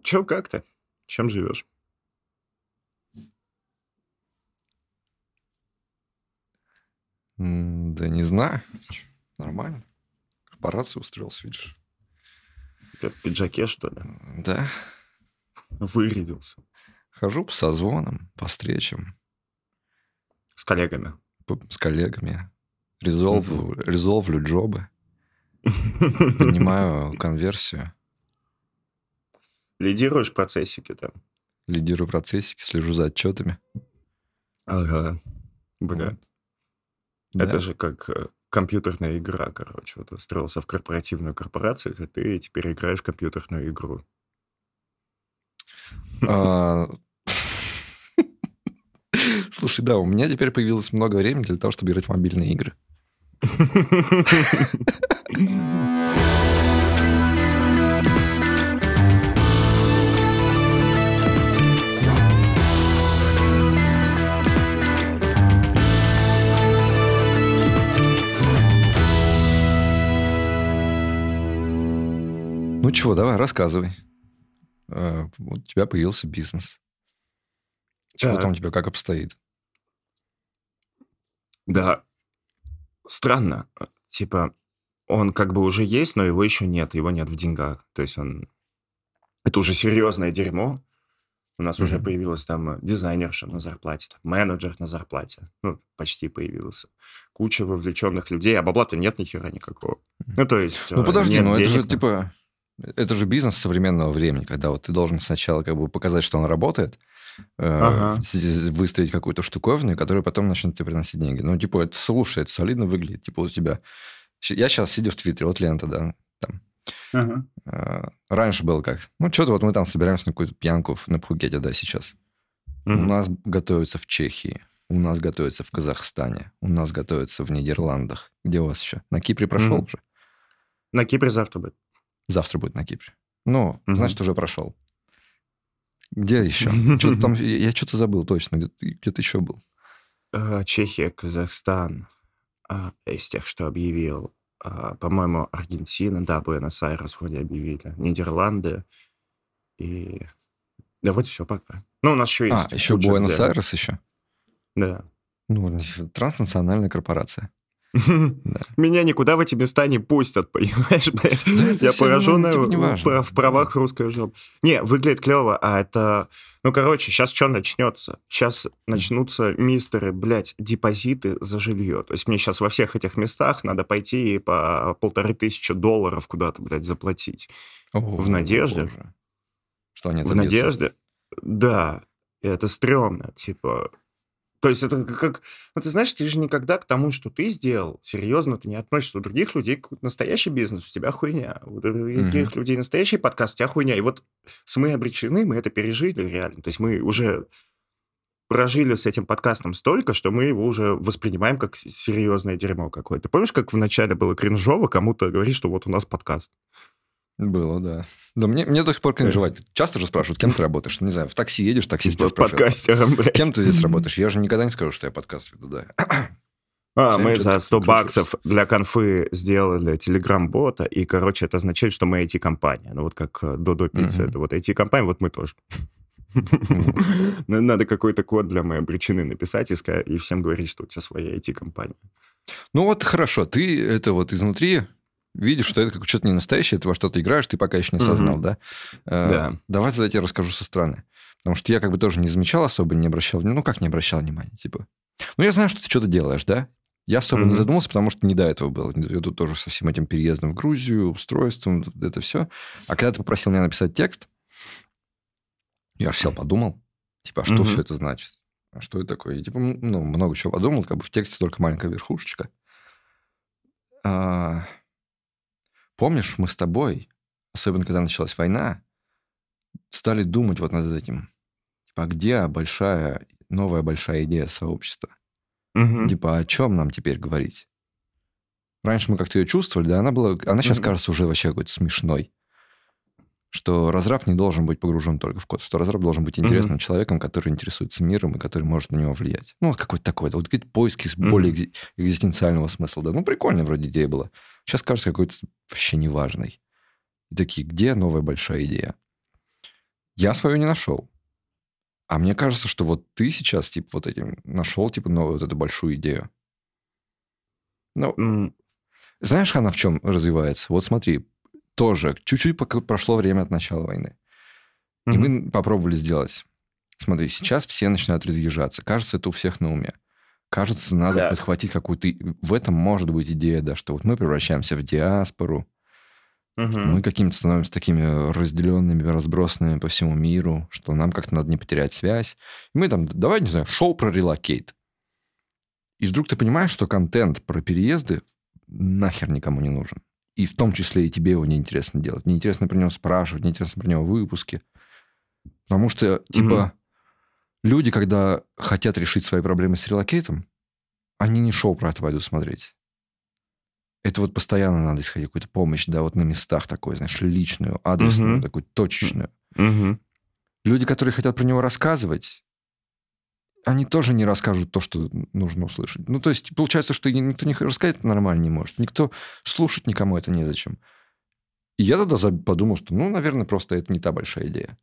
Чё, как ты? Чем живешь? Да не знаю. Нормально. Корпорацию устроился, видишь. Ты в пиджаке, что ли? Да. Вырядился. Хожу по созвонам, по встречам, С коллегами. с коллегами. Резолвлю джобы, поднимаю конверсию, Лидируешь процессики там. лидирую процессики, слежу за отчетами. Ага. Бля. Вот. Это Да. же как компьютерная игра, короче. Вот устроился в корпоративную корпорацию, и ты теперь играешь в компьютерную игру. А, Слушай, да, у меня теперь появилось много времени для того, чтобы играть в мобильные игры. Ну чего, давай, рассказывай. Вот у тебя появился бизнес. Чего там у тебя, как обстоит? Да, странно. Типа, он как бы уже есть, но его еще нет. Его нет в деньгах. То есть он... Это уже серьезное дерьмо. У нас уже появилась там дизайнерша на зарплате, там, менеджер на зарплате. Ну, почти появился. Куча вовлеченных людей, а бабла-то нет ни хера никакого. Ну, то есть Ну, подожди, нет ну это же денег. типа... Это же бизнес современного времени, когда вот ты должен сначала как бы показать, что он работает, Ага. выставить какую-то штуковину, которая потом начнет тебе приносить деньги. Ну, типа, это слушай, это солидно выглядит. Типа, у тебя... Я сейчас сидя в Твиттере, вот лента, да, там. Ага. Раньше было как? Ну, что-то вот мы там собираемся на какую-то пьянку на Пхукете, да, сейчас. У нас готовится в Чехии, у нас готовится в Казахстане, у нас готовится в Нидерландах. Где у вас еще? На Кипре прошел уже? На Кипре завтра будет. Завтра будет на Кипре. Ну, значит, уже прошел. Где еще? Что-то там, я что-то забыл точно. Где-то еще был. Чехия, Казахстан. Из тех, что объявил. По-моему, Аргентина, да, Буэнос-Айрес вроде объявили. Нидерланды. И... Да вот все пока. Ну, у нас еще есть. Еще куча где. Буэнос-Айрес еще? Да. Ну, транснациональная корпорация. Да. Меня никуда в эти места не пустят, понимаешь, блядь? Да, я поражен в правах русской жопы. Не, выглядит клево, а это... Ну, короче, сейчас что начнется? Сейчас начнутся мистеры, блядь, депозиты за жилье. То есть мне сейчас во всех этих местах надо пойти и по $1500 куда-то, блядь, заплатить. В надежде. Боже. Что они в надежде. Да, это стрёмно, типа... То есть это как... Ну, ты знаешь, ты же никогда к тому, что ты сделал, серьезно ты не относишься. У других людей настоящий бизнес, у тебя хуйня. У других людей настоящий подкаст, у тебя хуйня. И вот мы обречены, мы это пережили реально. То есть мы уже прожили с этим подкастом столько, что мы его уже воспринимаем как серьезное дерьмо какое-то. Помнишь, как вначале было кринжово кому-то говорить, что вот у нас подкаст? Было, да. Да мне до сих пор кринжевать. Часто же спрашивают, кем ты работаешь? Не знаю, в такси едешь, таксист тебя спрашивает. Подкастером, блядь. Кем ты здесь работаешь? Я же никогда не скажу, что я подкаст веду, да. Мы за $100 для конфы сделали телеграм-бота, и, короче, это означает, что мы IT-компания. Ну, вот как Додо Пицца, это вот IT-компания, вот мы тоже. Надо какой-то код для моей обречены написать и всем говорить, что у тебя своя IT-компания. Ну, вот хорошо, ты это вот изнутри видишь, что это как что-то не настоящее, ты во что-то играешь, ты пока еще не осознал, да? Да. Давай тогда я тебе расскажу со стороны. Потому что я как бы тоже не замечал особо, не обращал внимания. Ну, как не обращал внимания, типа. Ну, я знаю, что ты что-то делаешь, да? Я особо не задумался, потому что не до этого было. Я тут тоже со всем этим переездом в Грузию, устройством, это все. А когда ты попросил меня написать текст, я же сел, подумал, типа, а что все это значит? А что это такое? И, типа, ну, много чего подумал, как бы в тексте только маленькая верхушечка. Помнишь, мы с тобой, особенно когда началась война, стали думать вот над этим. Типа, а где новая большая идея сообщества? Типа, о чем нам теперь говорить? Раньше мы как-то ее чувствовали, да, она сейчас кажется уже вообще какой-то смешной. Что разраб не должен быть погружен только в код, что разраб должен быть интересным человеком, который интересуется миром и который может на него влиять. Ну, вот какой-то такой, вот какие-то поиски более экзистенциального смысла. Да, ну, прикольная вроде идея была. Сейчас кажется какой-то вообще неважной. И такие, где новая большая идея? Я свою не нашел. А мне кажется, что вот ты сейчас, типа, вот этим нашел, типа, новую вот эту большую идею. Ну, М, знаешь, она в чем развивается? Вот смотри, тоже чуть-чуть прошло время от начала войны. И мгм. мы попробовали сделать. Смотри, сейчас все начинают разъезжаться. Кажется, это у всех на уме. Кажется, надо Так. подхватить какую-то... В этом может быть идея, да, что вот мы превращаемся в диаспору, мы Мгм. какими-то становимся такими разделенными, разбросанными по всему миру, что нам как-то надо не потерять связь. И мы там, давай, не знаю, шоу про релокейт. И вдруг ты понимаешь, что контент про переезды нахер никому не нужен. И в том числе и тебе его неинтересно делать. Неинтересно про него спрашивать, неинтересно про него выпуски. Потому что, Мгм. типа, люди, когда хотят решить свои проблемы с релокейтом, они не шоу про это пойдут смотреть. Это вот постоянно надо искать какую-то помощь, да, вот на местах такой, знаешь, личную, адресную, Мгм. такую точечную. Мгм. Люди, которые хотят про него рассказывать, они тоже не расскажут то, что нужно услышать. Ну, то есть, получается, что никто не рассказать это нормально не может. Никто слушать никому это незачем. И я тогда подумал, что, ну, наверное, просто это не та большая идея.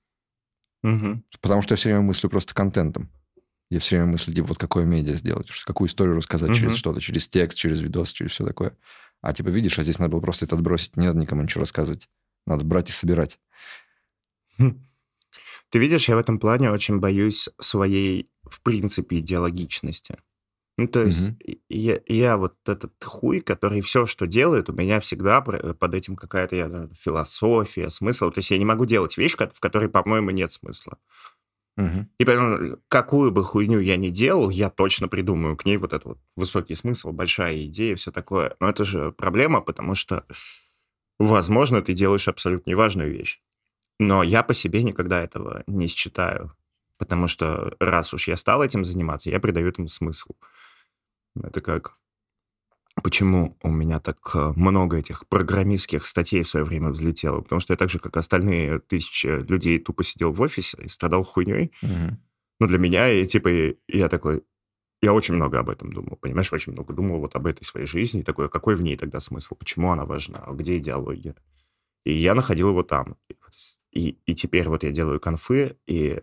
Мгм. Потому что я все время мыслю просто контентом. Я все время мыслю, типа, вот какое медиа сделать, какую историю рассказать через Мгм. что-то, через текст, через видос, через все такое. А типа, видишь, а здесь надо было просто это отбросить. Не надо никому ничего рассказывать. Надо брать и собирать. Хм. Ты видишь, я в этом плане очень боюсь своей, в принципе, идеологичности. Ну, то есть Мгм. я вот этот хуй, который все, что делает, у меня всегда под этим какая-то философия, смысл. То есть я не могу делать вещь, в которой, по-моему, нет смысла. Мгм. И поэтому какую бы хуйню я ни делал, я точно придумаю к ней вот этот вот высокий смысл, большая идея, все такое. Но это же проблема, потому что, возможно, ты делаешь абсолютно неважную вещь. Но я по себе никогда этого не считаю. Потому что раз уж я стал этим заниматься, я придаю этому смысл. Это как... Почему у меня так много этих программистских статей в свое время взлетело? Потому что я так же, как остальные тысячи людей, тупо сидел в офисе и страдал хуйней. Мгм. Но для меня, я такой, я очень много об этом думал, понимаешь, очень много думал вот об этой своей жизни, и такой, какой в ней тогда смысл, почему она важна, где идеология. И я находил его там. И теперь вот я делаю конфы,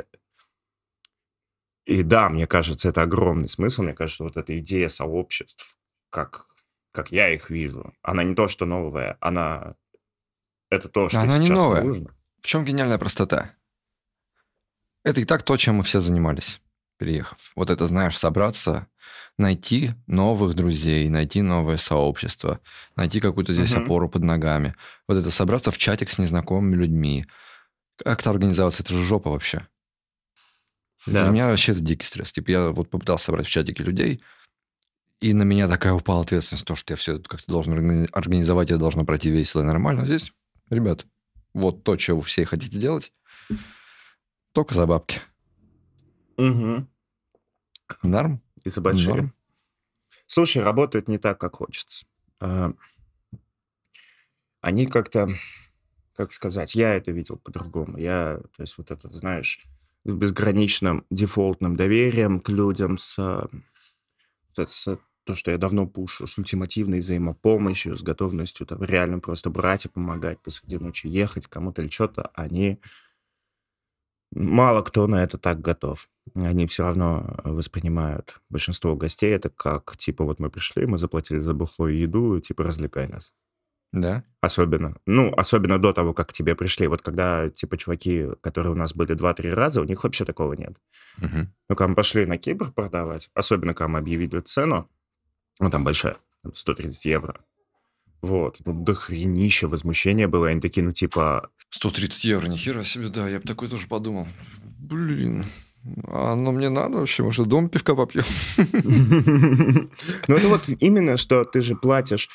и да, мне кажется, это огромный смысл, мне кажется, вот эта идея сообществ, как, как я их вижу, она не то, что новая, это то, Но что она не сейчас новая. нужно. В чем гениальная простота? Это и так то, чем мы все занимались, переехав. Вот это, знаешь, собраться, найти новых друзей, найти новое сообщество, найти какую-то здесь Мгм. опору под ногами. Вот это собраться в чатик с незнакомыми людьми. Как-то организоваться, это же жопа вообще. Для Да. меня вообще это дикий стресс. Типа я вот попытался собрать в чатике людей, и на меня такая упала ответственность, то, что я все это как-то должен организовать, это должно пройти весело и нормально. А здесь, ребят, вот то, что вы все хотите делать, только за бабки. Мгм. Норм? И за большие. Норм. Слушай, работают не так, как хочется. А, Они как-то, как сказать, я это видел по-другому. То есть вот этот, знаешь, с безграничным дефолтным доверием к людям, то, что я давно пушу, с ультимативной взаимопомощью, с готовностью там реально просто брать и помогать посреди ночи, ехать кому-то или что-то, мало кто на это так готов. Они все равно воспринимают большинство гостей это как, типа, вот мы пришли, мы заплатили за бухло и еду, типа, развлекай нас. Да? Особенно до того, как к тебе пришли. Вот когда, типа, чуваки, которые у нас были 2-3 раза, у них вообще такого нет. Мгм. Но когда мы пошли на Кипр продавать, особенно когда мы объявили цену, ну, там большая, там 130 евро, вот, ну, дохренища возмущения было. Они такие, ну, типа... 130 евро, нихера себе, да, я бы такой тоже подумал. Блин, а оно мне надо вообще? Может, дома пивка попьем? Ну, это вот именно, что ты же платишь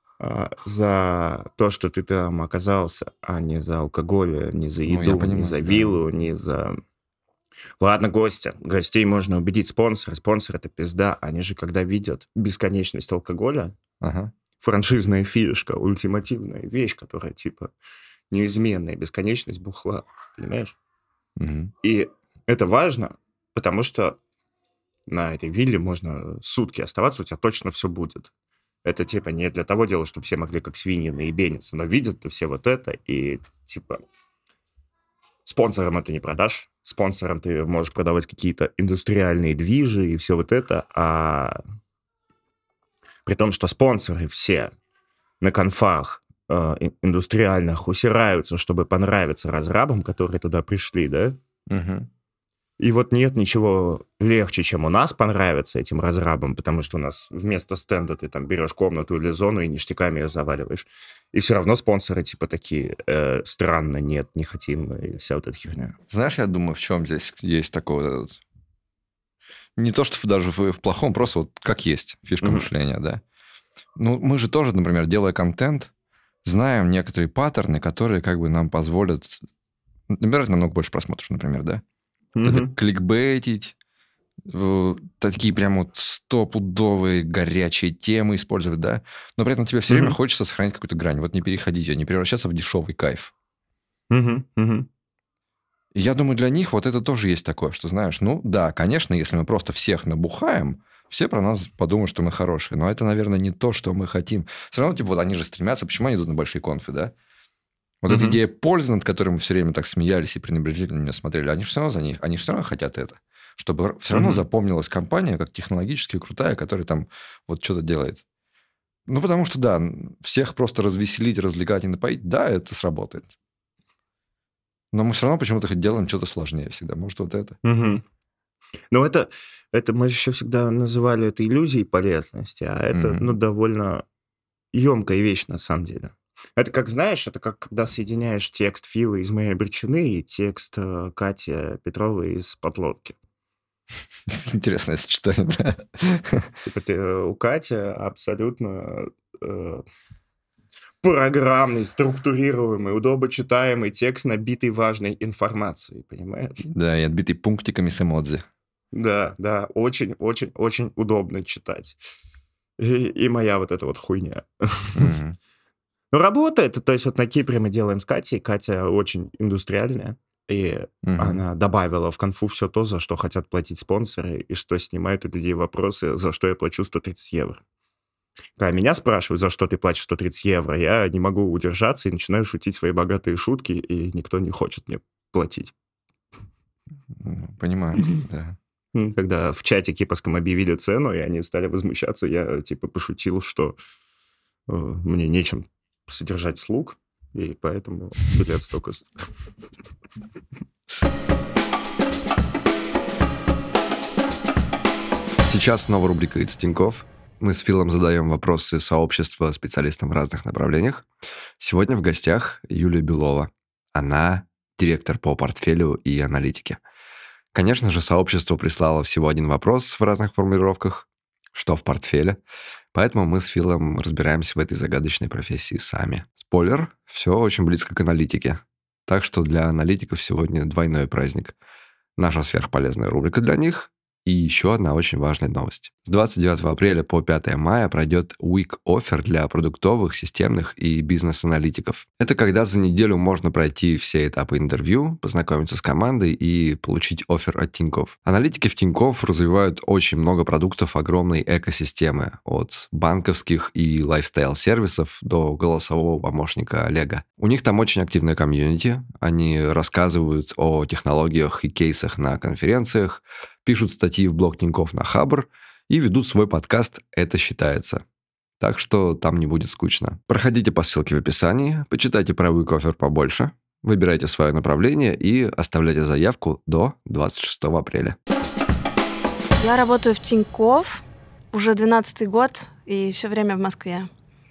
за то, что ты там оказался, а не за алкоголь, не за Ну, я еду, не понимаю, за да. виллу, не за... Ладно, гостя. Гостей можно убедить спонсора. Спонсор — это пизда. Они же, когда видят бесконечность алкоголя, Ага. франшизная фишка, ультимативная вещь, которая, типа, неизменная бесконечность бухла, понимаешь? Мгм. И это важно, потому что на этой вилле можно сутки оставаться, у тебя точно все будет. Это, типа, не для того дела, чтобы все могли как свиньи наебениться, но видят-то все вот это, и, типа, Спонсорам это не продашь. Спонсорам ты можешь продавать какие-то индустриальные движи и все вот это, а при том, что спонсоры все на конфах индустриальных усираются, чтобы понравиться разрабам, которые туда пришли, да? Мгм. И вот нет ничего легче, чем у нас понравиться этим разрабам, потому что у нас вместо стенда ты там берешь комнату или зону и ништяками ее заваливаешь. И все равно спонсоры типа такие, странно, нет, не хотим, и вся вот эта херня. Знаешь, я думаю, в чем здесь есть такое... Не то, что даже в плохом, просто вот как есть фишка Мгм. мышления, да. Ну, мы же тоже, например, делая контент, знаем некоторые паттерны, которые как бы нам позволят набирать намного больше просмотров, например, да. Вот это Мгм. кликбейтить, такие прям вот стопудовые горячие темы использовать, да. Но при этом тебе все время Мгм. хочется сохранить какую-то грань. Вот не переходить ее, не превращаться в дешевый кайф. Мгм. Мгм. И я думаю, для них вот это тоже есть такое, что, знаешь, ну да, конечно, если мы просто всех набухаем, все про нас подумают, что мы хорошие. Но это, наверное, не то, что мы хотим. Все равно, типа, вот они же стремятся, почему они идут на большие конфы, да? Вот эта Мгм. идея пользы, над которой мы все время так смеялись и пренебрежительно на меня смотрели, они все равно за них, они все равно хотят это. Чтобы все равно Мгм. запомнилась компания как технологически крутая, которая там вот что-то делает. Ну, потому что, да, всех просто развеселить, развлекать и напоить, да, это сработает. Но мы все равно почему-то делаем что-то сложнее всегда. Может, вот это. Мгм. Ну, это мы еще всегда называли это иллюзией полезности, а это, Мгм. ну, довольно емкая вещь на самом деле. Это как, знаешь, это как когда соединяешь текст Фила из «Мы обречены» и текст Кати Петровой из «Подлодки». Интересное сочетание, да. Типа у Кати абсолютно э, программный, структурируемый, удобочитаемый текст, набитый важной информацией, понимаешь? Да, и отбитый пунктиками с эмодзи. Да, да, очень-очень-очень удобно читать. И моя вот эта вот хуйня. Мгм. Ну, работает. То есть вот на Кипре мы делаем с Катей. Катя очень индустриальная. И Мгм. она добавила в конфу все то, за что хотят платить спонсоры, и что снимает у людей вопросы, за что я плачу 130 евро. Когда меня спрашивают, за что ты платишь 130 евро, я не могу удержаться и начинаю шутить свои богатые шутки, и никто не хочет мне платить. Понимаю, да. Когда в чате кипрском объявили цену, и они стали возмущаться, я типа пошутил, что мне нечем содержать слуг, и поэтому билет столько... Сейчас снова рубрика «It's Тинькофф». Мы с Филом задаем вопросы сообщества специалистам в разных направлениях. Сегодня в гостях Юлия Белова. Она директор по портфелю и аналитике. Конечно же, сообщество прислало всего один вопрос в разных формулировках. Что в портфеле? Поэтому мы с Филом разбираемся в этой загадочной профессии сами. Спойлер, все очень близко к аналитике. Так что для аналитиков сегодня двойной праздник. Наша сверхполезная рубрика для них и еще одна очень важная новость. С 29 апреля по 5 мая пройдет Week Offer для продуктовых, системных и бизнес-аналитиков. Это когда за неделю можно пройти все этапы интервью, познакомиться с командой и получить оффер от Тинькофф. Аналитики в Тинькофф развивают очень много продуктов огромной экосистемы, от банковских и лайфстайл-сервисов до голосового помощника Олега. У них там очень активная комьюнити, они рассказывают о технологиях и кейсах на конференциях, пишут статьи в блог Тинькофф на Хабр и ведут свой подкаст «Это считается». Так что там не будет скучно. Проходите по ссылке в описании, почитайте про Week Offer побольше, выбирайте свое направление и оставляйте заявку до 26 апреля. Я работаю в Тинькофф уже 12-й год и все время в Москве.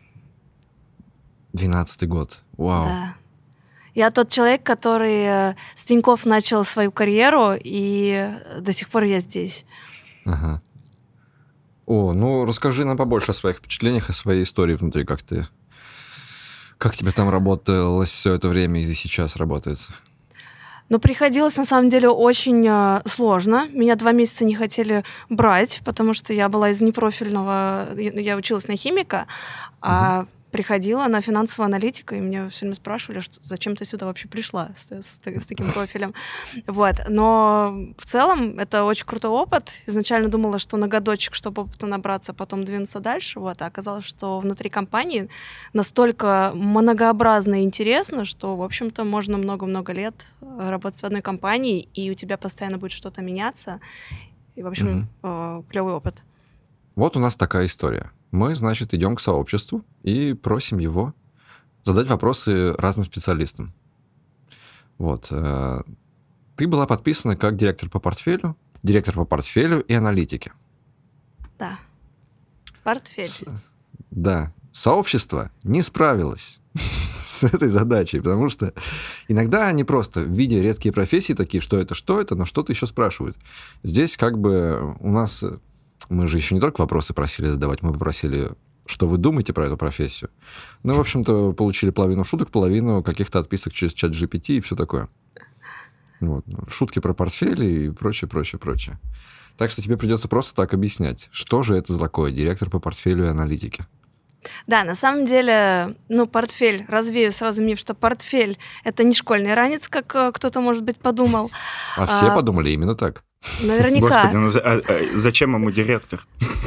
12-й год. Вау. Да. Я тот человек, который с Тинькофф начал свою карьеру, и до сих пор я здесь. Ага. О, ну расскажи нам побольше о своих впечатлениях, о своей истории внутри, как тебе там работалось все это время и сейчас работается? Но приходилось, на самом деле, очень сложно. Меня 2 месяца не хотели брать, потому что я была из непрофильного... Я училась на химика, а приходила на финансового аналитика, и меня все время спрашивали, зачем ты сюда вообще пришла с таким профилем. Вот. Но в целом это очень крутой опыт. Изначально думала, что на годочек, чтобы опыта набраться, потом двинуться дальше. Вот. А оказалось, что внутри компании настолько многообразно и интересно, что, в общем-то, можно много-много лет работать в одной компании, и у тебя постоянно будет что-то меняться. И, в общем, клевый опыт. Вот у нас такая история. Мы, значит, идем к сообществу и просим его задать вопросы разным специалистам. Вот. Ты была подписана как директор по портфелю и аналитике. Да. Портфель. Да. Сообщество не справилось с этой задачей, потому что иногда они просто, видя редкие профессии, такие, что это, но что-то еще спрашивают. Здесь как бы у нас... Мы же еще не только вопросы просили задавать, мы попросили, что вы думаете про эту профессию. Ну, в общем-то, получили половину шуток, половину каких-то отписок через чат GPT и все такое. Вот. Шутки про портфели и прочее. Так что тебе придется просто так объяснять, что же это такое, директор по портфелю и аналитике. Да, на самом деле, портфель, развею сразу миф, что портфель — это не школьный ранец, как кто-то, может быть, подумал. А все подумали именно так. Наверняка. Господи, зачем ему директор?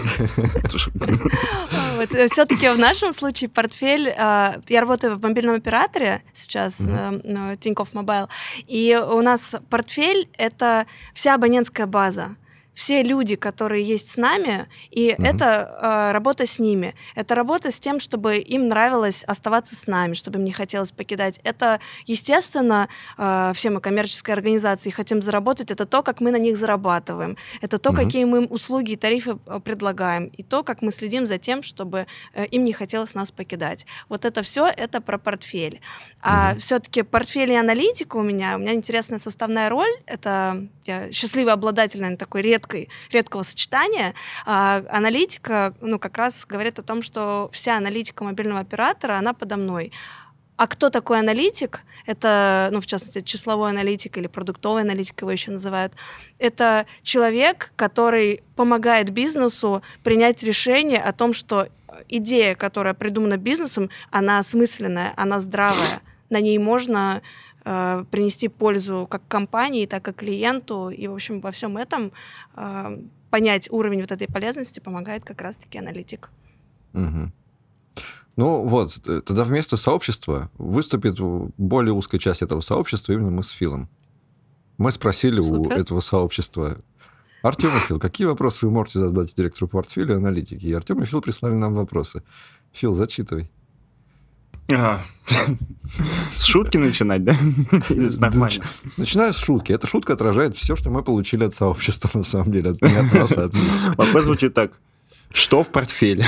Все-таки в нашем случае портфель... Я работаю в мобильном операторе сейчас, Тинькофф Мобайл, и у нас портфель — это вся абонентская база. Все люди, которые есть с нами, и это работа с ними. Это работа с тем, чтобы им нравилось оставаться с нами, чтобы им не хотелось покидать. Это, естественно, все мы коммерческие организации хотим заработать. Это то, как мы на них зарабатываем. Это то, какие мы им услуги и тарифы предлагаем. И то, как мы следим за тем, чтобы им не хотелось нас покидать. Вот это все, это про портфель. А все-таки портфель и аналитика у меня интересная составная роль. Это я счастливый обладатель, наверное, такой редкого сочетания. Аналитика, как раз говорит о том, что вся аналитика мобильного оператора, она подо мной. А кто такой аналитик? Это, в частности, числовой аналитик или продуктовый аналитик, его еще называют. Это человек, который помогает бизнесу принять решение о том, что идея, которая придумана бизнесом, она осмысленная, она здравая. На ней можно принести пользу как компании, так и клиенту. И, в общем, во всем этом понять уровень вот этой полезности помогает как раз-таки аналитик. Ну вот, тогда вместо сообщества выступит более узкая часть этого сообщества, именно мы с Филом. Мы спросили у этого сообщества: Артем и Фил, какие вопросы вы можете задать директору портфеля и аналитики? И Артем и Фил прислали нам вопросы. Фил, зачитывай. С шутки начинать, да? Или с нормально? Начинаю с шутки. Эта шутка отражает все, что мы получили от сообщества, на самом деле. Не от нас, а от них. Вопрос звучит так. Что в портфеле?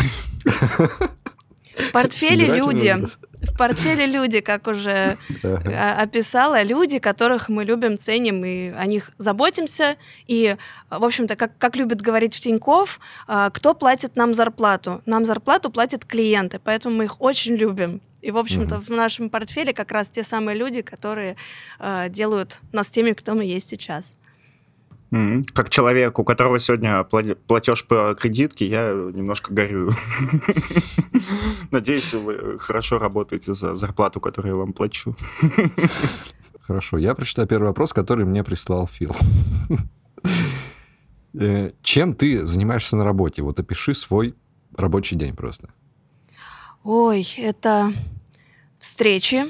В портфеле люди, как уже описала, люди, которых мы любим, ценим, и о них заботимся. И, в общем-то, как любят говорить в Тинькофф, кто платит нам зарплату? Нам зарплату платят клиенты, поэтому мы их очень любим. И, в общем-то, в нашем портфеле как раз те самые люди, которые делают нас теми, кто мы есть сейчас. Как человек, у которого сегодня платеж по кредитке, я немножко горюю. Надеюсь, вы хорошо работаете за зарплату, которую я вам плачу. Хорошо, я прочитаю первый вопрос, который мне прислал Фил. Чем ты занимаешься на работе? Вот опиши свой рабочий день просто. Ой, это встречи,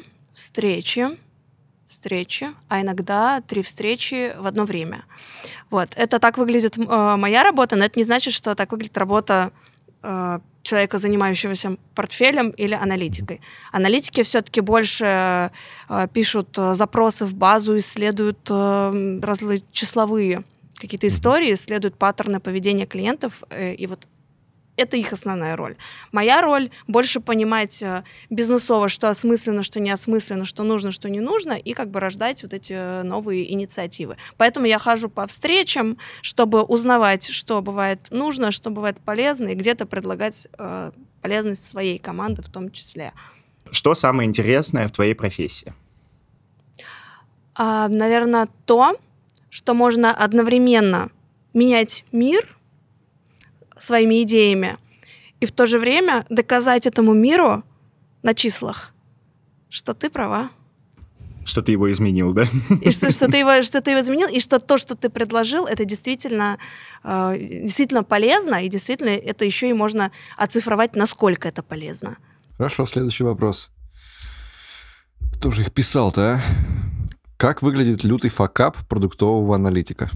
а иногда 3 встречи в одно время. Вот. Это так выглядит моя работа, но это не значит, что так выглядит работа человека, занимающегося портфелем или аналитикой. Аналитики все-таки больше пишут запросы в базу, исследуют разные числовые какие-то истории, исследуют паттерны поведения клиентов, и вот это их основная роль. Моя роль — больше понимать бизнесово, что осмысленно, что не осмысленно, что нужно, что не нужно, и как бы рождать вот эти новые инициативы. Поэтому я хожу по встречам, чтобы узнавать, что бывает нужно, что бывает полезно, и где-то предлагать полезность своей команды в том числе. Что самое интересное в твоей профессии? Наверное, то, что можно одновременно менять мир своими идеями и в то же время доказать этому миру, на числах, что ты права. Что ты его изменил, да? И что ты его изменил, и что то, что ты предложил, это действительно полезно, и действительно это еще и можно оцифровать, насколько это полезно. Хорошо, следующий вопрос. Кто же их писал-то, а? Как выглядит лютый факап продуктового аналитика?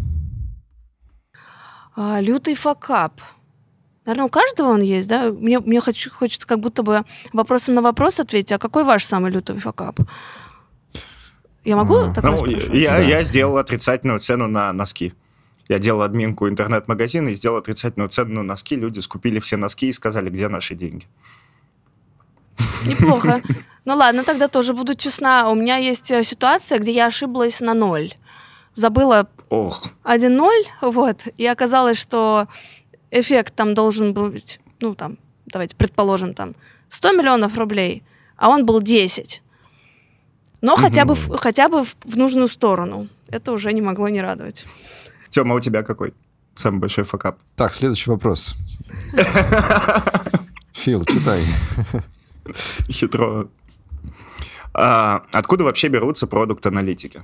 Лютый факап. Наверное, у каждого он есть, да? Мне хочется как будто бы вопросом на вопрос ответить. А какой ваш самый лютый факап? Я могу так спрашивать? Я сделал отрицательную цену на носки. Я делал админку интернет-магазина и сделал отрицательную цену на носки. Люди скупили все носки и сказали, где наши деньги. Неплохо. Ну ладно, тогда тоже буду честна. У меня есть ситуация, где я ошиблась на 0. Забыла 1-0, вот, и оказалось, что эффект там должен быть, давайте предположим, 100 миллионов рублей, а он был 10. Но хотя бы в нужную сторону. Это уже не могло не радовать. Тёма, у тебя какой самый большой факап? Так, следующий вопрос. Фил, читай. Хитро. Откуда вообще берутся продукт-аналитики?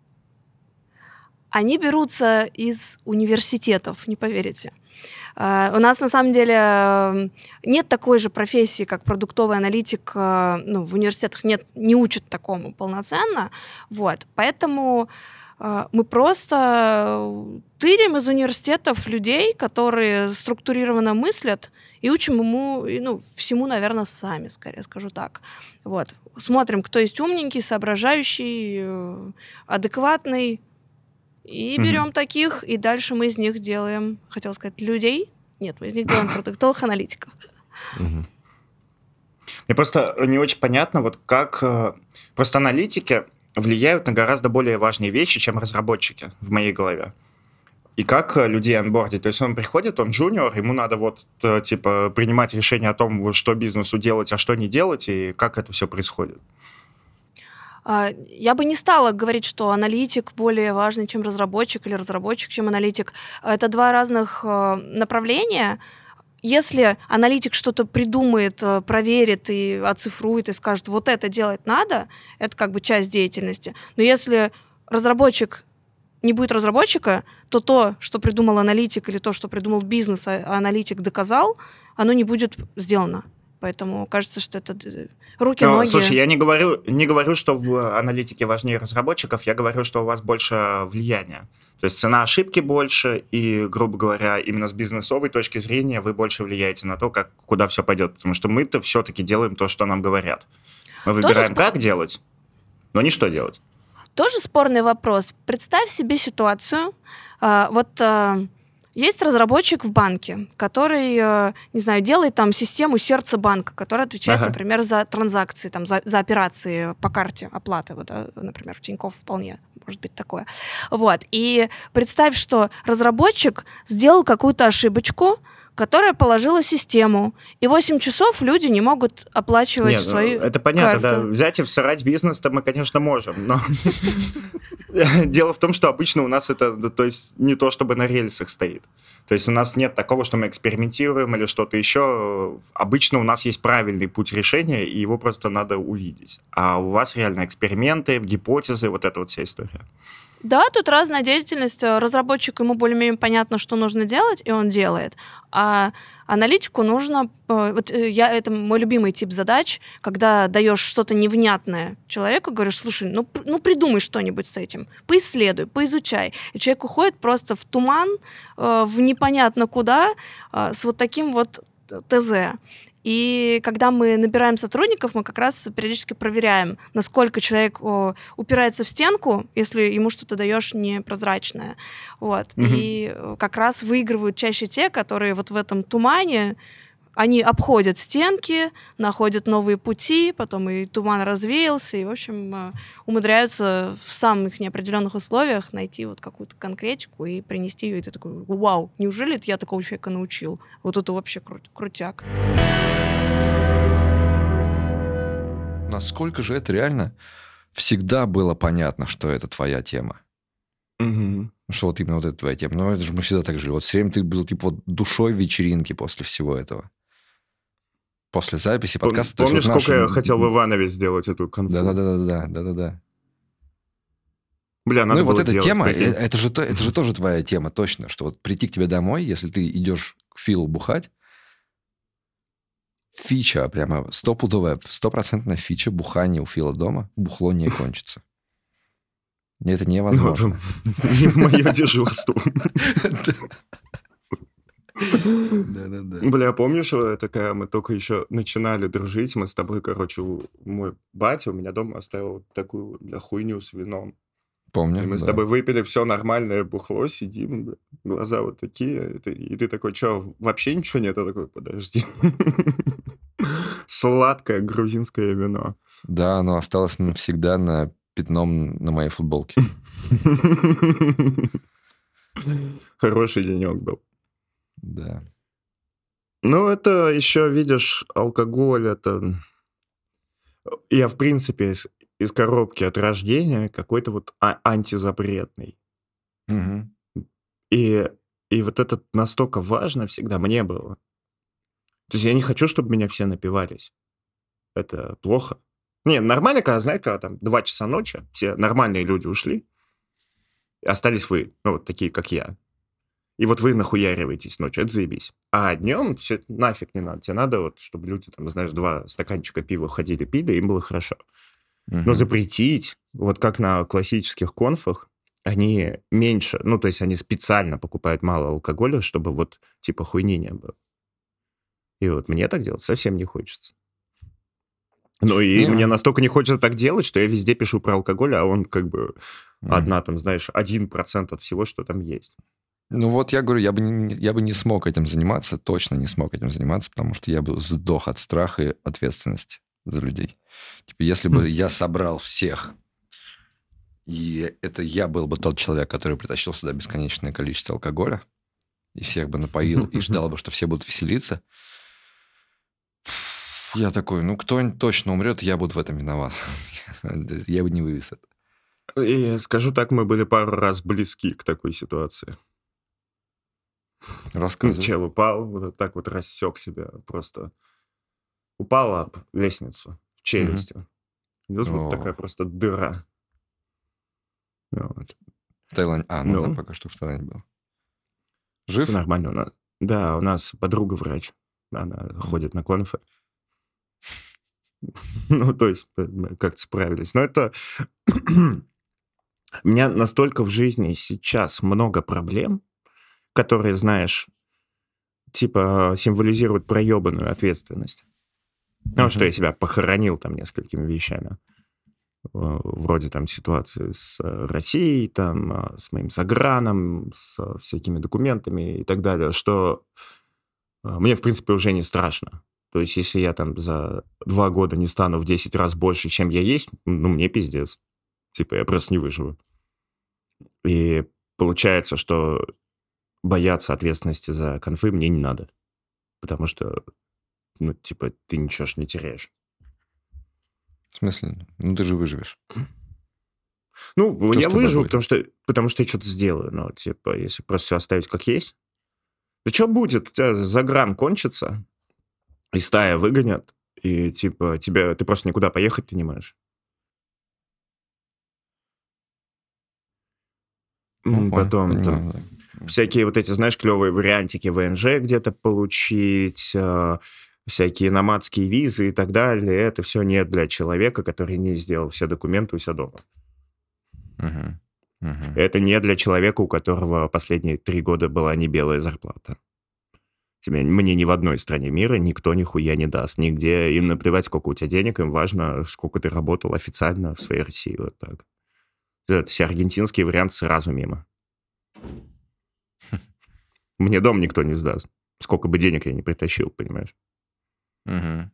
Они берутся из университетов, не поверите. У нас, на самом деле, нет такой же профессии, как продуктовый аналитик. В университетах не учат такому полноценно. Вот. Поэтому мы просто тырим из университетов людей, которые структурированно мыслят, и учим всему, наверное, сами, скорее скажу так. Вот. Смотрим, кто есть умненький, соображающий, адекватный, и берем таких, и дальше мы из них делаем, хотела сказать, людей. Нет, мы из них делаем продуктовых аналитиков. Мне просто не очень понятно, вот как просто аналитики влияют на гораздо более важные вещи, чем разработчики в моей голове. И как людей онбордить? То есть он приходит, он джуниор, ему надо принимать решение о том, что бизнесу делать, а что не делать, и как это все происходит. Я бы не стала говорить, что аналитик более важный, чем разработчик, или разработчик, чем аналитик. Это два разных направления. Если аналитик что-то придумает, проверит и оцифрует, и скажет, вот это делать надо, это как бы часть деятельности. Но если разработчик не будет разработчика, то, что придумал аналитик, или то, что придумал бизнес, а аналитик доказал, оно не будет сделано. Поэтому кажется, что это руки-ноги. Слушай, я не говорю, что в аналитике важнее разработчиков, я говорю, что у вас больше влияния. То есть цена ошибки больше, и, грубо говоря, именно с бизнесовой точки зрения вы больше влияете на то, куда все пойдет. Потому что мы-то все-таки делаем то, что нам говорят. Мы выбираем, как делать, но не что делать. Тоже спорный вопрос. Представь себе ситуацию. Есть разработчик в банке, который, не знаю, делает там систему сердца банка, которая отвечает, например, за транзакции, за операции по карте оплаты. Например, в Тинькофф вполне может быть такое. Вот. И представь, что разработчик сделал какую-то ошибочку, которая положила систему, и 8 часов люди не могут оплачивать свою это понятно, карту. Да. Взять и всрать бизнес-то мы, конечно, можем, но дело в том, что обычно у нас это, то есть, не то, чтобы на рельсах стоит. То есть у нас нет такого, что мы экспериментируем или что-то еще. Обычно у нас есть правильный путь решения, и его просто надо увидеть. А у вас реально эксперименты, гипотезы, вот эта вот вся история. Да, тут разная деятельность. Разработчику, ему более-менее понятно, что нужно делать, и он делает. А аналитику нужно... Это мой любимый тип задач, когда даешь что-то невнятное человеку, говоришь, слушай, придумай что-нибудь с этим, поисследуй, поизучай. И человек уходит просто в туман, в непонятно куда, с вот таким вот ТЗ. И когда мы набираем сотрудников, мы как раз периодически проверяем, насколько человек упирается в стенку, если ему что-то даешь непрозрачное. Вот. И как раз выигрывают чаще те, которые вот в этом тумане, они обходят стенки, находят новые пути, потом и туман развеялся, и, в общем, умудряются в самых неопределенных условиях найти вот какую-то конкретику и принести ее, и ты такой, вау, неужели я такого человека научил? Вот это вообще крутяк. Насколько же это реально всегда было понятно, что это твоя тема? Что вот именно вот это твоя тема. Ну, это же мы всегда так жили. Вот все время ты был типа вот душой вечеринки после всего этого. после записи подкаста. То есть Помнишь, вот сколько я наши- хотел в Иванове сделать эту конфу? Да-да-да. Бля, Ну надо и вот было эта делать, тема, прикинь. это же тоже твоя тема, точно, что вот прийти к тебе домой, если ты идешь к Филу бухать, фича прямо стопудовая, 100% фича бухания у Фила дома, бухло не кончится. И это невозможно. Не в мое дежурство. Да-да-да. Бля, помнишь, такая, мы только еще начинали дружить, мы с тобой, короче, мой батя у меня дома оставил такую хуйню с вином. Помню, И мы с да. тобой выпили все нормальное бухло, сидим, бля, глаза вот такие, и ты такой, что, вообще ничего нет? Я такой, подожди. Сладкое грузинское вино. Да, оно осталось навсегда на пятном на моей футболке. Хороший денек был. Да. Ну, это еще, видишь, алкоголь, это... Я, в принципе, из коробки от рождения какой-то вот антизапретный. Мгм. И вот это настолько важно всегда мне было. То есть я не хочу, чтобы меня все напивались. Это плохо. Не, нормально, когда, знаешь, когда там 2 часа ночи, все нормальные люди ушли, и остались вы, ну, вот такие, как я. И вот вы нахуяриваетесь ночью, это заебись. А днем все нафиг не надо. Тебе надо вот, чтобы люди, там, знаешь, 2 стаканчика пива ходили, пили, им было хорошо. Но Мгм. запретить, вот как на классических конфах, они меньше, ну, то есть они специально покупают мало алкоголя, чтобы вот, типа, хуйни не было. И вот мне так делать совсем не хочется. Ну, и Не. мне настолько не хочется так делать, что я везде пишу про алкоголь, а он как бы Мгм. одна, там, знаешь, 1% от всего, что там есть. Ну вот я говорю, я бы не смог этим заниматься, точно не смог этим заниматься, потому что я бы сдох от страха и ответственности за людей. Типа, если бы я собрал всех, и это я был бы тот человек, который притащил сюда бесконечное количество алкоголя, и всех бы напоил, и ждал бы, что все будут веселиться, я такой, ну, кто-нибудь точно умрет, я буду в этом виноват. Я бы не вывез это. И скажу так, мы были пару раз близки к такой ситуации. Рассказывай. Чел упал, вот так вот рассек себя просто. Упал об лестницу челюстью. И вот О. такая просто дыра. Вот. В Таиланде. Ну да, Ну. пока что в Таиланде был. Всё Жив? нормально у нас. Да, у нас подруга врач. Она ходит на конфы. Ну, то есть мы как-то справились. Но это... У меня настолько в жизни сейчас много проблем, которые, знаешь, типа символизируют проебанную ответственность. Ну, что я себя похоронил там несколькими вещами. Вроде там ситуации с Россией, там, с моим заграном, с всякими документами и так далее, что мне, в принципе, уже не страшно. То есть, если я там за 2 года не стану в 10 раз больше, чем я есть, ну, мне пиздец. Типа, я просто не выживу. И получается, что бояться ответственности за конфы мне не надо. Потому что, ну, типа, ты ничего ж не теряешь. В смысле? Ну, ты же выживешь. Ну, Что я с тобой выживу, будет? потому что я что-то сделаю. Но, типа, если просто все оставить как есть. Да что будет? У тебя загран кончится, и стая выгонят, и, типа, ты просто никуда поехать ты не можешь. Ну, Потом там понимаю, да. всякие вот эти, знаешь, клевые вариантики ВНЖ где-то получить, всякие номадские визы и так далее. Это все не для человека, который не сделал все документы у себя дома. Мгм. Мгм. Это не для человека, у которого последние 3 года была не белая зарплата. Мне ни в одной стране мира никто нихуя не даст. Нигде. Им наплевать, сколько у тебя денег, им важно, сколько ты работал официально в своей России. Вот так. Это все аргентинский вариант сразу мимо. Мне дом никто не сдаст. Сколько бы денег я не притащил, понимаешь? Мгм.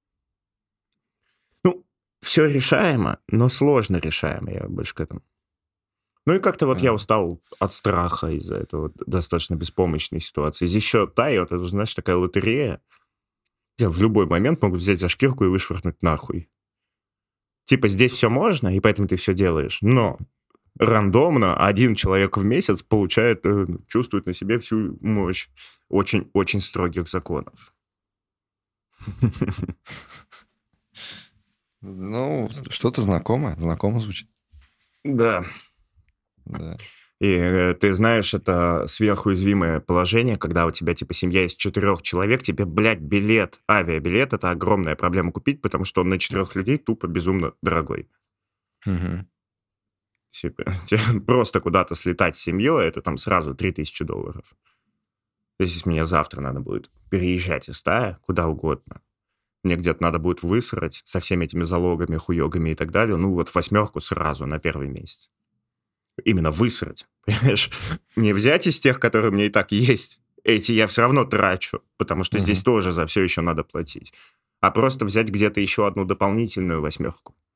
Ну, все решаемо, но сложно решаемо, я больше к этому. Ну и как-то вот я устал от страха из-за этого достаточно беспомощной ситуации. Здесь еще Тайо, это же, знаешь, такая лотерея. Тебя в любой момент могут взять за шкирку и вышвырнуть нахуй. Типа здесь все можно, и поэтому ты все делаешь. Но рандомно один человек в месяц получает, чувствует на себе всю мощь очень-очень строгих законов. Ну, что-то знакомое. Знакомо звучит. Да. Да. И ты знаешь, это сверхуязвимое положение, когда у тебя, типа, семья из 4 человек, тебе, блядь, авиабилет, это огромная проблема купить, потому что он на 4 людей тупо безумно дорогой. Мгм. Типа, тебе просто куда-то слетать с семьей, это там сразу $3000. То есть, если мне завтра надо будет переезжать из Тая куда угодно, мне где-то надо будет высрать со всеми этими залогами, хуёгами и так далее, ну вот 8 сразу на первый месяц. Именно высрать, понимаешь? Не взять из тех, которые у меня и так есть. Эти я все равно трачу, потому что здесь Мгм. тоже за все еще надо платить. А просто взять где-то еще одну дополнительную 8.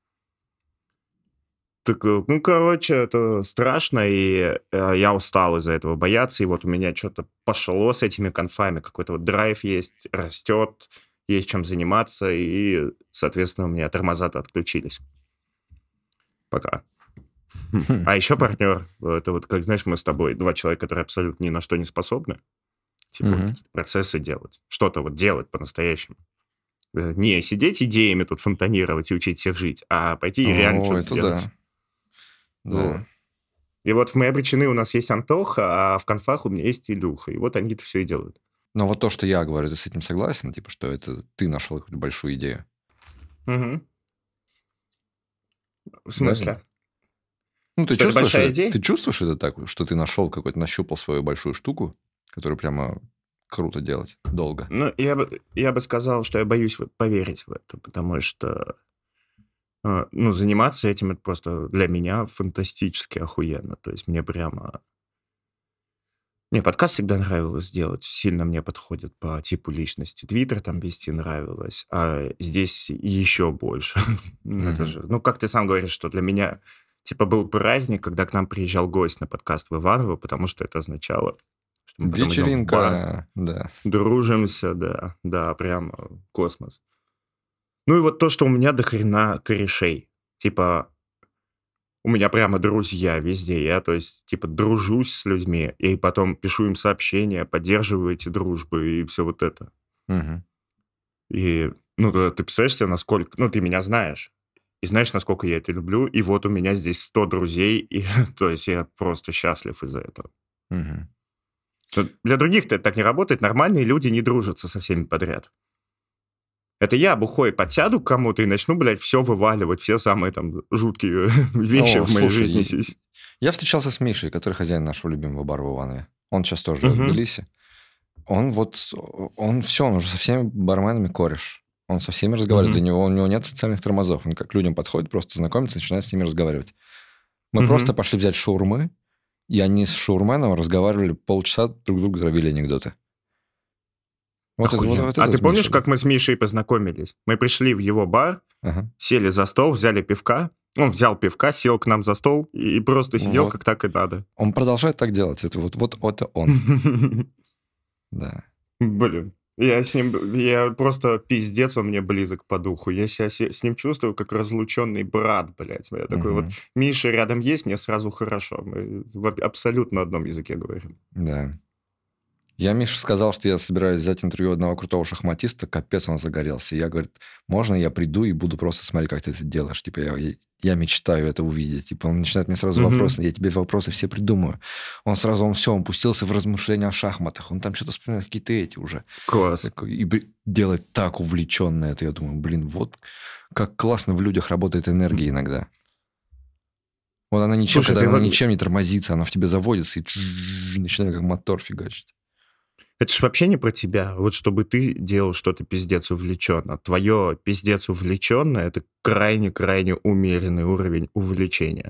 Так, ну, короче, это страшно, и я устал из-за этого бояться, и вот у меня что-то пошло с этими конфами, какой-то вот драйв есть, растет, есть чем заниматься, и, соответственно, у меня тормоза-то отключились. Пока. А еще партнер, это вот, как знаешь, мы с тобой 2 человека, которые абсолютно ни на что не способны, типа вот Мгм. какие-то процессы делать, что-то вот делать по-настоящему. Не сидеть идеями тут фонтанировать и учить всех жить, а пойти и реально О, что-то это сделать. да. Вот. Да. И вот в «Мы обречены» у нас есть Антоха, а в конфах у меня есть Илюха. И вот они-то все и делают. Но вот то, что я говорю, ты с этим согласен? Типа, что это ты нашел какую-то большую идею? Мгм. В Да? смысле? Ну, ты Что это чувствуешь большая это? идея? Ты чувствуешь это так, что ты нашел какой-то, нащупал свою большую штуку, которую прямо круто делать долго? Ну, я бы сказал, что я боюсь поверить в это, потому что, ну, заниматься этим это просто для меня фантастически охуенно. То есть мне прямо... Мне подкаст всегда нравилось делать, сильно мне подходит по типу личности. Твиттер там вести нравилось, а здесь еще больше. Это Мгм. же, ну, как ты сам говоришь, что для меня, типа, был праздник, когда к нам приезжал гость на подкаст в Иваново, потому что это означало, что мы потом идем в бар, Вечеринка, да. дружимся, да, прям космос. Ну и вот то, что у меня дохрена корешей. Типа, у меня прямо друзья везде. Я, то есть, типа, дружусь с людьми, и потом пишу им сообщения, поддерживаю эти дружбы и все вот это. Мгм. И, ну, ты представляешь себе, насколько... Ну, ты меня знаешь. И знаешь, насколько я это люблю. И вот у меня здесь 100 друзей, и, то есть, я просто счастлив из-за этого. Мгм. Но для других-то это так не работает. Нормальные люди не дружатся со всеми подряд. Это я бухой подсяду к кому-то и начну, блядь, все вываливать, все самые там жуткие вещи О, в моей слушай, жизни. я встречался с Мишей, который хозяин нашего любимого бара в Иванове. Он сейчас тоже живет в Мгм. Тбилиси. Он уже со всеми барменами кореш. Он со всеми разговаривает. Мгм. У него нет социальных тормозов. Он как к людям подходит, просто знакомится, начинает с ними разговаривать. Мы Мгм. просто пошли взять шаурмы, и они с шаурменом разговаривали полчаса, друг другу травили анекдоты. Вот это, Охуенно. вот А это ты с помнишь, Мишей, да. как мы с Мишей познакомились? Мы пришли в его бар, Ага. сели за стол, взяли пивка. Он взял пивка, сел к нам за стол и просто сидел, Вот. как так и надо. Он продолжает так делать. Это вот это он. Да. Блин. Я просто пиздец, он мне близок по духу. Я себя с ним чувствую, как разлученный брат, блядь. Я такой вот, Мгм. Миша рядом есть, мне сразу хорошо. Мы абсолютно на одном языке говорим. Да. Я Мише сказал, что я собираюсь взять интервью одного крутого шахматиста, капец, он загорелся. Я, говорит, можно я приду и буду просто смотреть, как ты это делаешь? Типа, я мечтаю это увидеть. Типа, он начинает мне сразу Мгм. вопросы, я тебе вопросы все придумаю. Он пустился в размышления о шахматах. Он там что-то вспоминает, какие-то эти уже. Класс. И делает так увлеченно это. Я думаю, блин, вот как классно в людях работает энергия иногда. Вот она ничем, Слушай, когда ты она вот- ничем не тормозится, она в тебе заводится и начинает как мотор фигачить. Это ж вообще не про тебя. Вот чтобы ты делал что-то пиздец увлеченно. Твое пиздец увлеченно — это крайне-крайне умеренный уровень увлечения.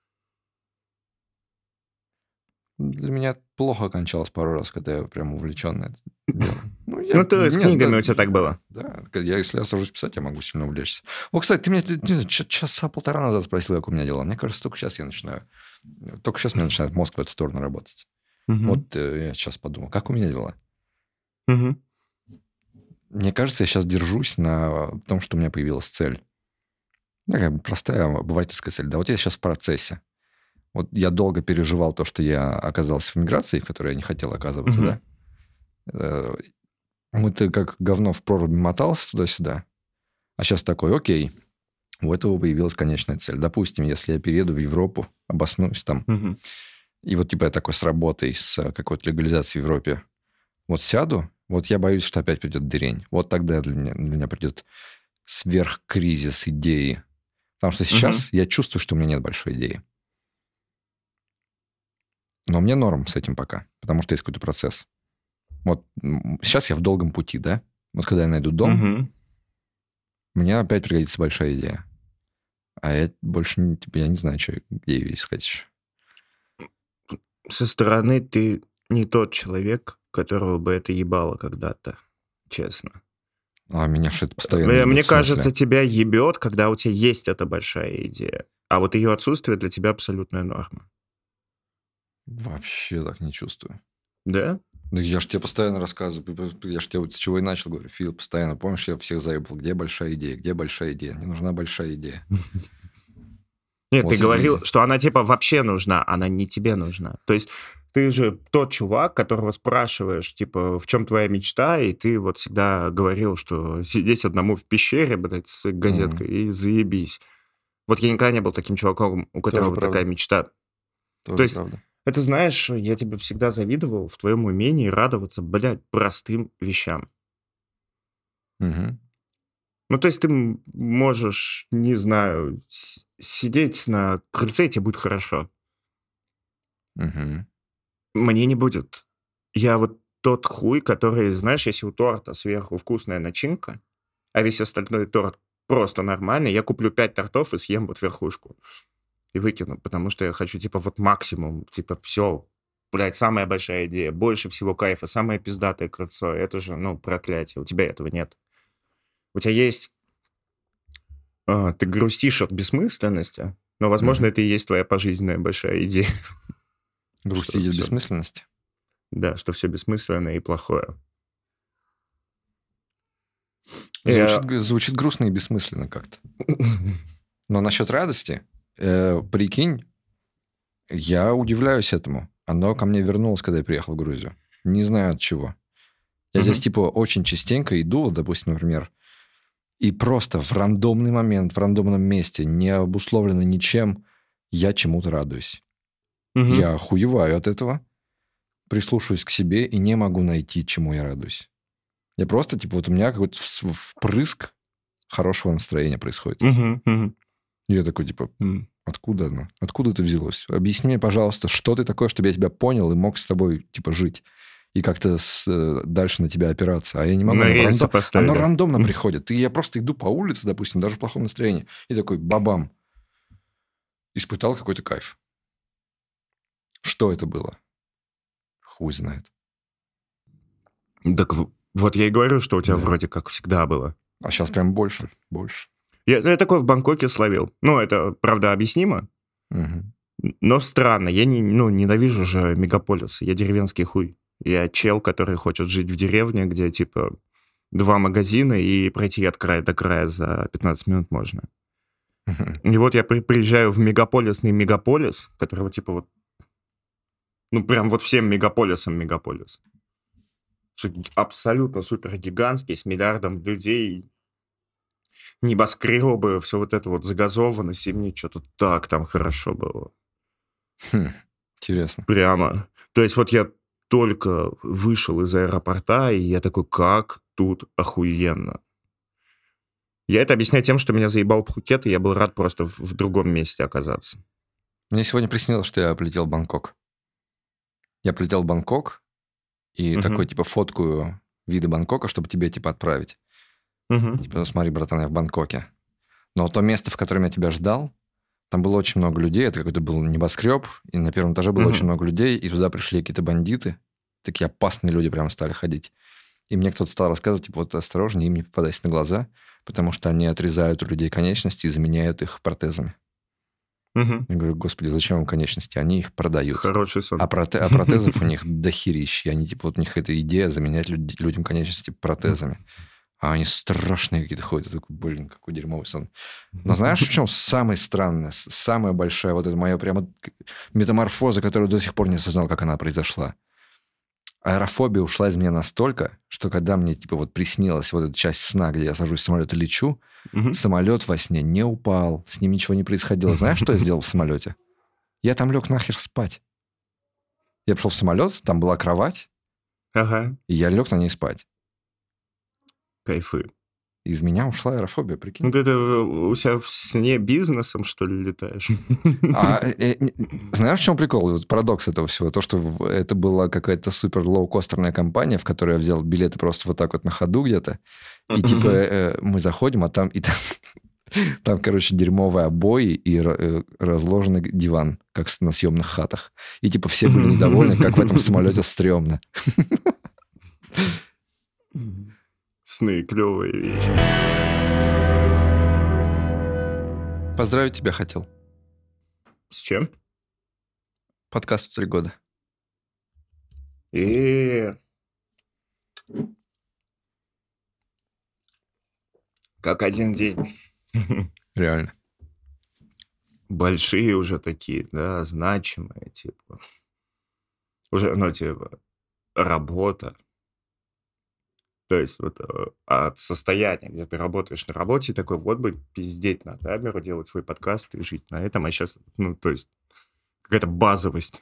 Для меня плохо кончалось пару раз, когда я прям увлеченно это делал. Ну, то с книгами у тебя так было. Да, если я сажусь писать, я могу сильно увлечься. О, кстати, ты меня не знаю, часа полтора назад спросил, как у меня дела. Мне кажется, только сейчас у меня начинает мозг в эту сторону работать. Мгм. Вот я сейчас подумал, как у меня дела? Мгм. Мне кажется, я сейчас держусь на том, что у меня появилась цель. Такая простая обывательская цель. Да, вот я сейчас в процессе. Вот я долго переживал то, что я оказался в миграции, в которой я не хотел оказываться, Мгм. да. ты как говно в проруби мотался туда-сюда, а сейчас такой, окей, у этого появилась конечная цель. Допустим, если я перееду в Европу, обоснуюсь там, Мгм. и вот типа я такой с работой, с какой-то легализацией в Европе, вот сяду, вот я боюсь, что опять придет дырень. Вот тогда для меня придет сверхкризис идеи. Потому что сейчас я чувствую, что у меня нет большой идеи. Но мне норм с этим пока, потому что есть какой-то процесс. Вот сейчас я в долгом пути, да? Вот когда я найду дом, Мгм. мне опять пригодится большая идея. А я больше, типа, я не знаю, где ее искать еще. Со стороны ты не тот человек, которого бы это ебало когда-то, честно. А меня же это постоянно ебет, Мне в смысле? кажется, тебя ебет, когда у тебя есть эта большая идея. А вот ее отсутствие для тебя абсолютная норма. Вообще так не чувствую. Да? Да я же тебе постоянно рассказываю. Я же тебе вот с чего и начал говорю. Фил, постоянно. Помнишь, я всех заебал. Где большая идея? Где большая идея? Мне нужна большая идея. Нет, Вот ты говорил, везде. что она типа вообще нужна, она не тебе нужна. То есть ты же тот чувак, которого спрашиваешь, типа, в чем твоя мечта, и ты вот всегда говорил, что сидеть одному в пещере, блядь, с своей газеткой, и заебись. Вот я никогда не был таким чуваком, у которого правда. такая мечта. Тоже То есть правда. это, знаешь, я тебе всегда завидовал в твоем умении радоваться, блядь, простым вещам. Мгм. Ну, то есть ты можешь, не знаю, сидеть на крыльце, и тебе будет хорошо. Мгм. Мне не будет. Я вот тот хуй, который, знаешь, если у торта сверху вкусная начинка, а весь остальной торт просто нормальный, я куплю 5 тортов и съем вот верхушку. И выкину, потому что я хочу, типа, вот максимум, типа, все, блядь, самая большая идея, больше всего кайфа, самое пиздатое крыльцо. Это же, ну, проклятие. У тебя этого нет. У тебя есть... ты грустишь от бессмысленности, но, возможно, Мгм. это и есть твоя пожизненная большая идея. Грустить от всё. бессмысленности. Да, что все бессмысленное и плохое. Я- Звучит грустно и бессмысленно как-то. Но насчет радости, прикинь, я удивляюсь этому. Оно ко мне вернулось, когда я приехал в Грузию. Не знаю от чего. Я здесь, Мгм. типа, очень частенько иду, вот, допустим, например, и просто в рандомный момент, в рандомном месте, не обусловлено ничем, я чему-то радуюсь. Мгм. Я охуеваю от этого, прислушиваюсь к себе и не могу найти, чему я радуюсь. Я просто, типа, вот у меня какой-то впрыск хорошего настроения происходит. Мгм. Мгм. И я такой, типа, М. откуда оно? Откуда это взялось? Объясни мне, пожалуйста, что ты такое, чтобы я тебя понял и мог с тобой, типа, жить. И как-то дальше на тебя опираться. А я не могу. На рельсы поставили. Оно рандомно М. приходит. И я просто иду по улице, допустим, даже в плохом настроении. И такой, бабам. Испытал какой-то кайф. Что это было? Хуй знает. Так вот я и говорю, что у тебя Да. вроде как всегда было. А сейчас прям больше. Больше. Я такое в Бангкоке словил. Ну, это, правда, объяснимо, Мгм. но странно. Я ненавижу же мегаполисы. Я деревенский хуй. Я чел, который хочет жить в деревне, где, типа, 2 магазина, и пройти от края до края за 15 минут можно. И вот я приезжаю в мегаполисный мегаполис, которого, типа, вот, ну, прям вот всем мегаполисом мегаполис. Абсолютно супер гигантский, с миллиардом людей, небоскребы, все вот это вот загазованность, и мне что-то так там хорошо было. Интересно. Прямо. То есть вот я только вышел из аэропорта, и я такой, как тут охуенно. Я это объясняю тем, что меня заебал Пхукет, и я был рад просто в другом месте оказаться. Мне сегодня приснилось, что я полетел в Бангкок. Я полетел в Бангкок и Мгм. такой, типа, фоткаю виды Бангкока, чтобы тебе, типа, отправить. Мгм. Типа, ну, смотри, братан, я в Бангкоке. Но вот то место, в котором я тебя ждал, там было очень много людей. Это какой-то был небоскреб, и на первом этаже было Мгм. очень много людей, и туда пришли какие-то бандиты. Такие опасные люди прям стали ходить. И мне кто-то стал рассказывать, типа, вот осторожнее, им не попадайся на глаза, потому что они отрезают у людей конечности и заменяют их протезами. Мгм. Я говорю, господи, зачем вам конечности? Они их продают. Хороший сон. А протезов у них дохерища. И они, типа, вот у них эта идея заменять людям конечности протезами. А они страшные какие-то ходят. Я такой, блин, какой дерьмовый сон. Но знаешь, в чем самое странное, самая большая вот эта моя прямо метаморфоза, которую до сих пор не осознал, как она произошла? аэрофобия ушла из меня настолько, что когда мне, типа, вот приснилась вот эта часть сна, где я сажусь в самолет и лечу, самолет во сне не упал, с ним ничего не происходило. Знаешь, что я сделал в самолете? Я там лег нахер спать. Я пришел в самолет, там была кровать, Ага, и я лег на ней спать. кайфы. Из меня ушла аэрофобия, прикинь. Ну, ты это у себя в сне бизнесом, что ли, летаешь? Знаешь, в чем прикол? Вот парадокс этого всего. То, что это была какая-то супер лоукостерная компания, в которой я взял билеты просто вот так вот на ходу где-то. И типа мы заходим, а там, короче, дерьмовые обои и разложенный диван, как на съемных хатах. И типа все были недовольны, как в этом самолете стрёмно. Сны, клевая вещь. Поздравить тебя хотел. С чем? Подкасту 3 года. Как один день. Реально. Большие уже такие, да, значимые, типа. Уже, ну, типа, работа. То есть вот от состояния, где ты работаешь на работе, такой, вот бы пиздеть на камеру, делать свой подкаст и жить на этом, а сейчас, ну, то есть какая-то базовость.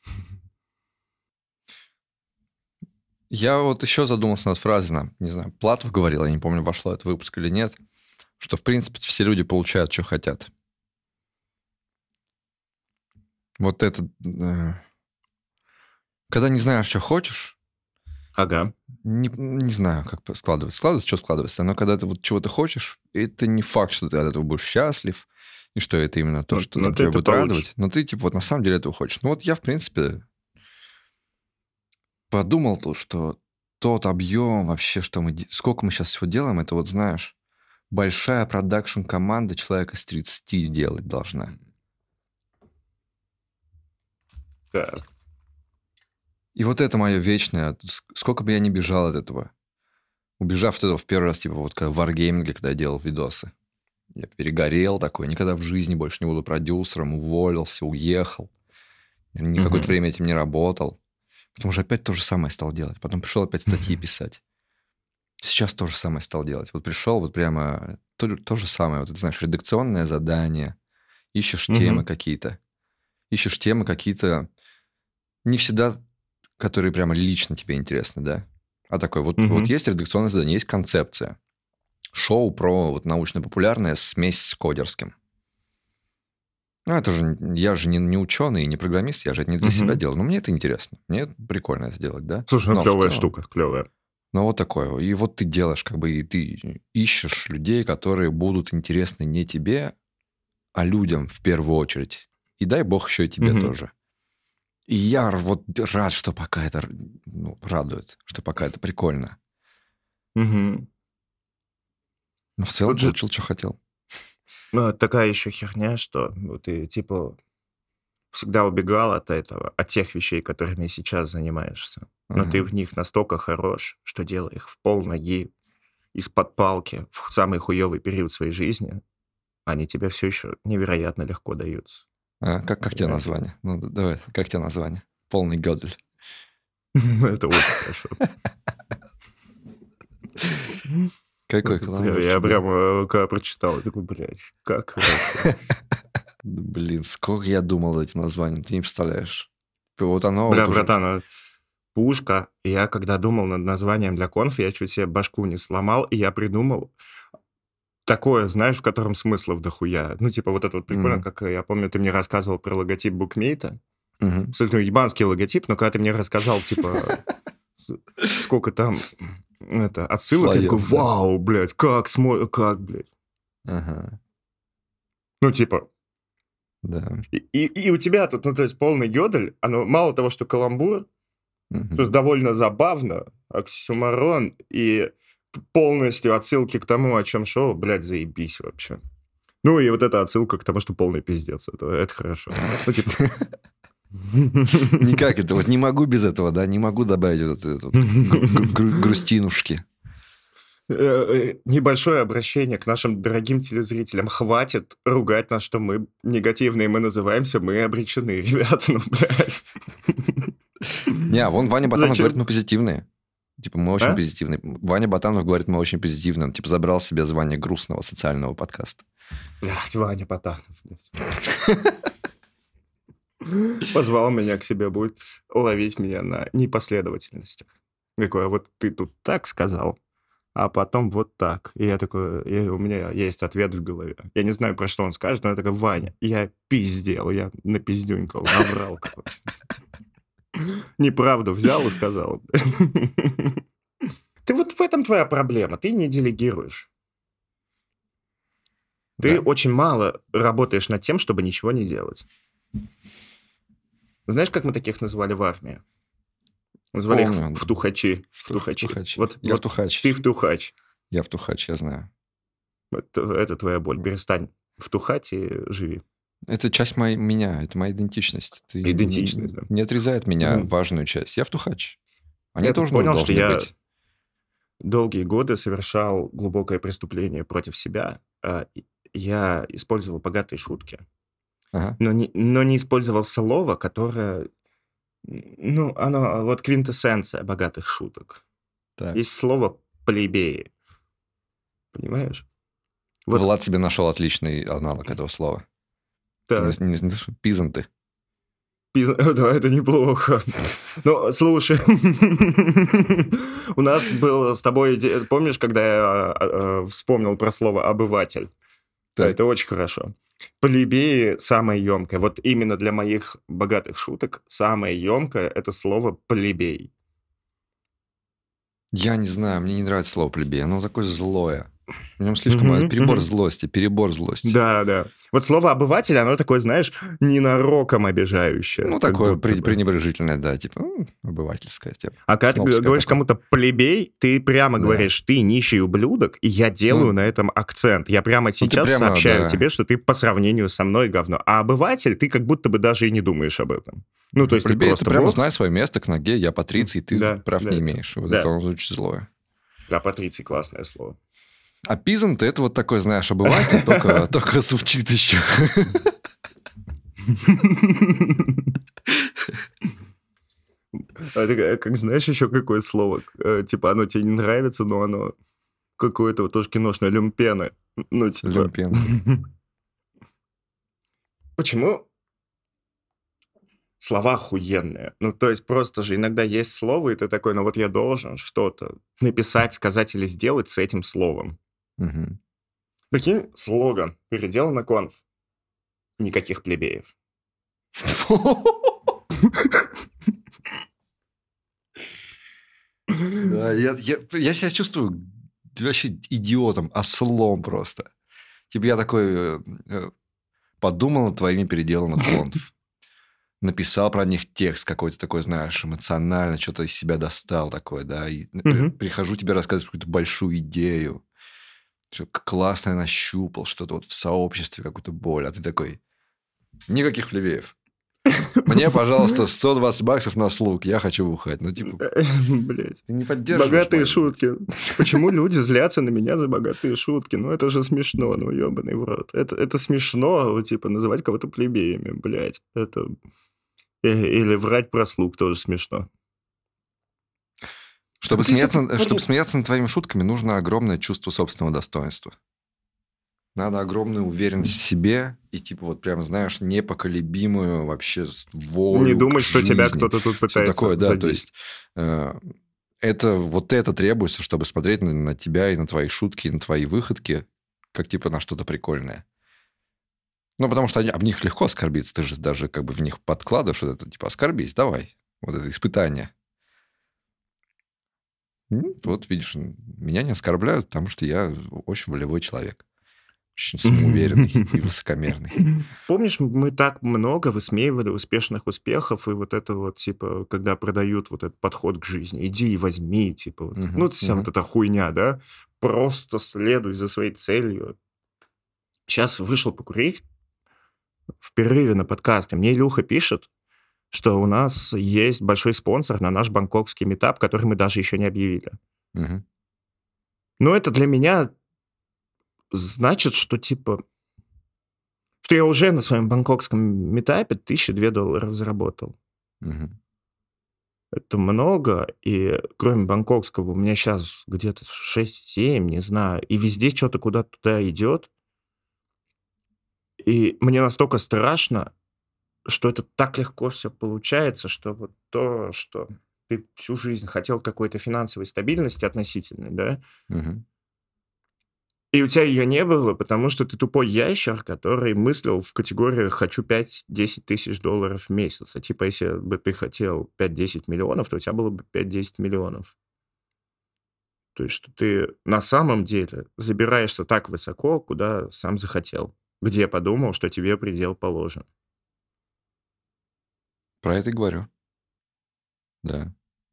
Я вот еще задумался над фразой, не знаю, Платов говорил, я не помню, вошло это в выпуск или нет, что, в принципе, все люди получают, что хотят. Вот это... Когда не знаешь, что хочешь, Ага. не знаю, как складывается. Складывается, что складывается. Но когда ты вот чего-то хочешь, это не факт, что ты от этого будешь счастлив, и что это именно то, что тебя будет радовать. Но ты, типа, вот на самом деле этого хочешь. Ну вот я, в принципе, подумал, что тот объем вообще, что сколько мы сейчас всего делаем, это вот, знаешь, большая продакшн-команда человека с 30 делать должна. Так. И вот это мое вечное. Сколько бы я ни бежал от этого. Убежав от этого в первый раз, типа вот в Wargaming, когда я делал видосы. Я перегорел такой. Никогда в жизни больше не буду продюсером. Уволился, уехал. Я какое-то время этим не работал. Потом уже опять то же самое стал делать. Потом пришел опять статьи писать. Сейчас то же самое стал делать. Вот пришел вот прямо то же самое. Вот, ты знаешь, редакционное задание. Ищешь темы какие-то. Ищешь темы какие-то... Не всегда... которые прямо лично тебе интересны, да? А такой, вот есть редакционное задание, есть концепция. Шоу про вот научно-популярное, смесь с кодерским. Ну, это же... Я же не ученый, не программист, я же это не для себя делаю. Но мне это интересно. Мне прикольно это делать, да? Слушай, ну, клевая штука, клевая. Ну, вот такое. И вот ты делаешь, как бы, и ты ищешь людей, которые будут интересны не тебе, а людям в первую очередь. И дай бог еще и тебе тоже. И я вот рад, что пока это радует, что пока это прикольно. Но в целом получил, что хотел. Ну, такая еще херня, что ты, типа, всегда убегал от этого, от тех вещей, которыми сейчас занимаешься. Но ты в них настолько хорош, что делай их в полноги, из-под палки, в самый хуёвый период своей жизни, они тебе все еще невероятно легко даются. Как тебе название? Ну, давай, как тебе название? Полный Гёдель. Это очень хорошо. Какой Я прямо, когда прочитал, такой, блядь, как хорошо. Блин, сколько я думал над этим названием, ты не представляешь. Вот оно... Бля, братан, пушка. Я когда думал над названием для конф, я чуть себе башку не сломал, и я придумал такое, знаешь, в котором смыслов дохуя. Ну, типа, вот это вот прикольно, как я помню, ты мне рассказывал про логотип букмейта. Абсолютно ебанский логотип, но когда ты мне рассказал, типа, сколько там отсылок, я такой, вау, блядь, как, блядь. Ну, типа... Да. И у тебя тут, ну, то есть, полный Гёдель, оно мало того, что каламбур, то есть довольно забавно, оксюморон и полностью отсылки к тому, о чем шоу, блядь, заебись вообще. Ну, и вот эта отсылка к тому, что полный пиздец, это хорошо. Ну, типа... Никак это, вот не могу без этого, да, не могу добавить вот это грустинушки. Небольшое обращение к нашим дорогим телезрителям. Хватит ругать нас, что мы негативные, мы называемся, мы обречены, ребята, ну, блядь. Не, вон Ваня Ботанов Зачем? говорит, мы позитивные. Типа, мы очень А? позитивные. Ваня Ботанов говорит, мы очень позитивные. Он, типа, забрал себе звание грустного социального подкаста. Блядь, Ваня Потанов. Позвал меня к себе, будет ловить меня на непоследовательностях. Такой, а вот ты тут так сказал, а потом вот так. И я такой, у меня есть ответ в голове. Я не знаю, про что он скажет, но я такой, Ваня, я пиздел, я напиздюнькал, наврал, короче. Неправду взял и сказал. Ты вот в этом твоя проблема, ты не делегируешь. Ты Да. очень мало работаешь над тем, чтобы ничего не делать. Знаешь, как мы таких называли в армии? Назвали Помню, их да. втухачи. Втухачи. Втухач. Вот, Я вот втухач. ты втухач. Я втухач, я знаю. Это твоя боль. Перестань втухать и живи. Это часть меня, это моя идентичность. Ты Идентичность, да. не отрезает меня Мгм. важную часть. Я втухач. Они Я тут тоже понял, что должны я быть. долгие годы совершал глубокое преступление против себя. Я использовал богатые шутки, Ага. но не использовал слово, которое... Ну, оно вот квинтэссенция богатых шуток. Так. Есть слово «плебеи». Понимаешь? Вот, Влад себе нашел отличный аналог этого слова. да. Ты не знаешь, пизанты. Да, это неплохо. Ну, слушай, у нас был с тобой... Помнишь, когда я вспомнил про слово «обыватель»? Так. Это очень хорошо. Плебеи самое емкое. Вот именно для моих богатых шуток самое емкое — это слово «плебей». Я не знаю, мне не нравится слово плебей. Оно такое злое. В нем слишком Мгм, перебор мгм. злости, перебор злости. Да, да. Вот слово «обыватель», оно такое, знаешь, ненароком обижающее. Ну, как такое будто бы. пренебрежительное, да, типа обывательское. Типа, А когда ты снобское говоришь такое. кому-то «плебей», ты прямо Да. говоришь «ты нищий ублюдок», и я делаю Ну, на этом акцент. Я прямо ты сейчас прямо, сообщаю да. тебе, что ты по сравнению со мной говно. А обыватель, ты как будто бы даже и не думаешь об этом. Ну, то есть ты Плебей, просто ты прямо бог. знай свое место к ноге, я патриций, ты Да, прав да, не да. имеешь. Вот Да. это он очень злое. Да, Патриций — классное слово. А пизант это вот такой, знаешь, обыватель, только звучит еще. Это как знаешь еще какое слово? Типа оно тебе не нравится, но оно какое-то вот тоже киношное, люмпены. Ну, типа... Люмпен. Почему слова охуенные? Ну, то есть просто же иногда есть слово, и ты такой, ну вот я должен что-то написать, сказать или сделать с этим словом. Мгм. Прикинь, слоган «Передел на конф». Никаких плебеев. Да, я себя чувствую вообще идиотом, ослом просто. Типа я такой подумал над твоими переделами конф. Написал про них текст какой-то такой, знаешь, эмоционально, что-то из себя достал такой, да, и Мгм. прихожу тебе рассказывать какую-то большую идею, что классно я нащупал что-то вот в сообществе, какую-то боль, а ты такой, никаких плебеев. Мне, пожалуйста, $120 на слуг, я хочу бухать. Ну, типа, Блять. ты не поддерживаешь Богатые мою- шутки. Почему люди злятся на меня за богатые шутки? Ну, это же смешно, ну, ебаный в рот. Это смешно, вот, типа, называть кого-то плебеями, блядь. Это... Или врать про слуг тоже смешно. Чтобы Ты что, смеяться над твоими шутками, нужно огромное чувство собственного достоинства. Надо огромную уверенность в себе и, типа, вот прям, знаешь, непоколебимую вообще волю Не к думать, что тебя жизни. кто-то тут Всё пытается такое, да, то задеть. есть это требуется, чтобы смотреть на тебя и на твои шутки, и на твои выходки, как, типа, на что-то прикольное. Ну, потому что об них легко оскорбиться, ты же даже как бы в них подкладываешь вот это, типа, оскорбись, давай, вот это испытание. Вот, видишь, меня не оскорбляют, потому что я очень волевой человек. Очень самоуверенный и высокомерный. Помнишь, мы так много высмеивали успешных успехов, и вот это вот, типа, когда продают вот этот подход к жизни. Иди и возьми, типа, вот. Мгм, Ну, вся вот мгм. эта хуйня, да? Просто следуй за своей целью. Сейчас вышел покурить в перерыве на подкасте. Мне Илюха пишет, что у нас есть большой спонсор на наш бангкокский митап, который мы даже еще не объявили. Мгм. Но это для меня значит, что, типа, что я уже на своем бангкокском митапе $1002 заработал. Мгм. Это много, и кроме бангкокского у меня сейчас где-то 6-7, не знаю, и везде что-то куда-то туда идет. И мне настолько страшно, что это так легко все получается, что вот то, что ты всю жизнь хотел какой-то финансовой стабильности относительной, да, Мгм. и у тебя ее не было, потому что ты тупой ящер, который мыслил в категориях «хочу 5-10 тысяч долларов в месяц». А типа, если бы ты хотел 5-10 миллионов, то у тебя было бы 5-10 миллионов. То есть, что ты на самом деле забираешься так высоко, куда сам захотел, где подумал, что тебе предел положен. Про это и говорю. Да.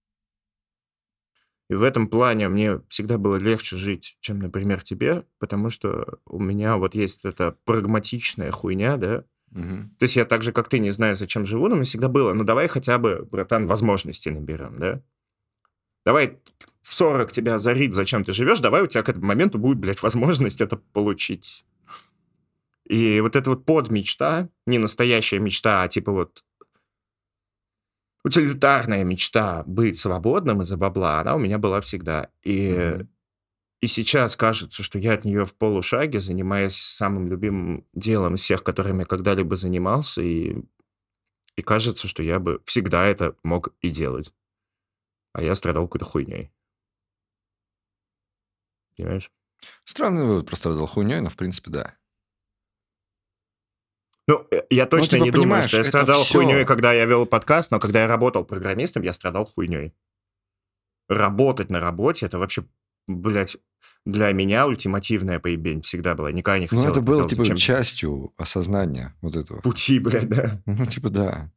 И в этом плане мне всегда было легче жить, чем, например, тебе, потому что у меня вот есть эта прагматичная хуйня, да. Мгм. То есть я так же, как ты, не знаю, зачем живу, но мне всегда было, ну давай хотя бы, братан, возможности наберем, да. Давай в 40 тебя озарит, зачем ты живешь, давай у тебя к этому моменту будет, блядь, возможность это получить. И вот эта вот подмечта, не настоящая мечта, а типа вот утилитарная мечта быть свободным из-за бабла, она у меня была всегда. Мгм. И сейчас кажется, что я от нее в полушаге, занимаясь самым любимым делом из всех, которым я когда-либо занимался, и кажется, что я бы всегда это мог и делать. А я страдал какой-то хуйней. Понимаешь? Странный вывод, прострадал хуйней, но в принципе да. Ну, я Ну, точно типа, не думаю, что понимаешь, я это страдал хуйней, все. когда я вел подкаст, но когда я работал программистом, я страдал хуйней. Работать на работе — это вообще, блядь, для меня ультимативная поебень всегда была. Никогда не Ну, хотел это это было, делать. типа, Зачем? частью осознания вот этого. Пути, блядь, да. Ну, типа, да.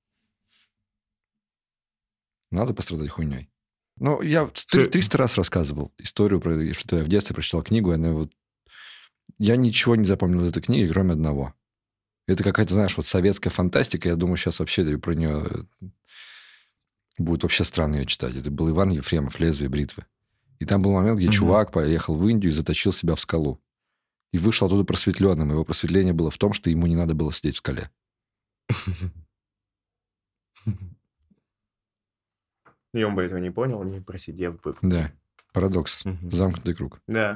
Надо пострадать хуйней. Ну, я Ты- 300 раз рассказывал историю, про что я в детстве прочитал книгу, и она вот... Я ничего не запомнил из этой книги, кроме одного. Это какая-то, знаешь, вот советская фантастика. Я думаю, сейчас вообще про нее будет вообще странно ее читать. Это был Иван Ефремов «Лезвие бритвы». И там был момент, где Мгм. чувак поехал в Индию и заточил себя в скалу. И вышел оттуда просветленным. Его просветление было в том, что ему не надо было сидеть в скале. И он бы этого не понял, не просидев бы. Да. Парадокс. Мгм. Замкнутый круг. Да.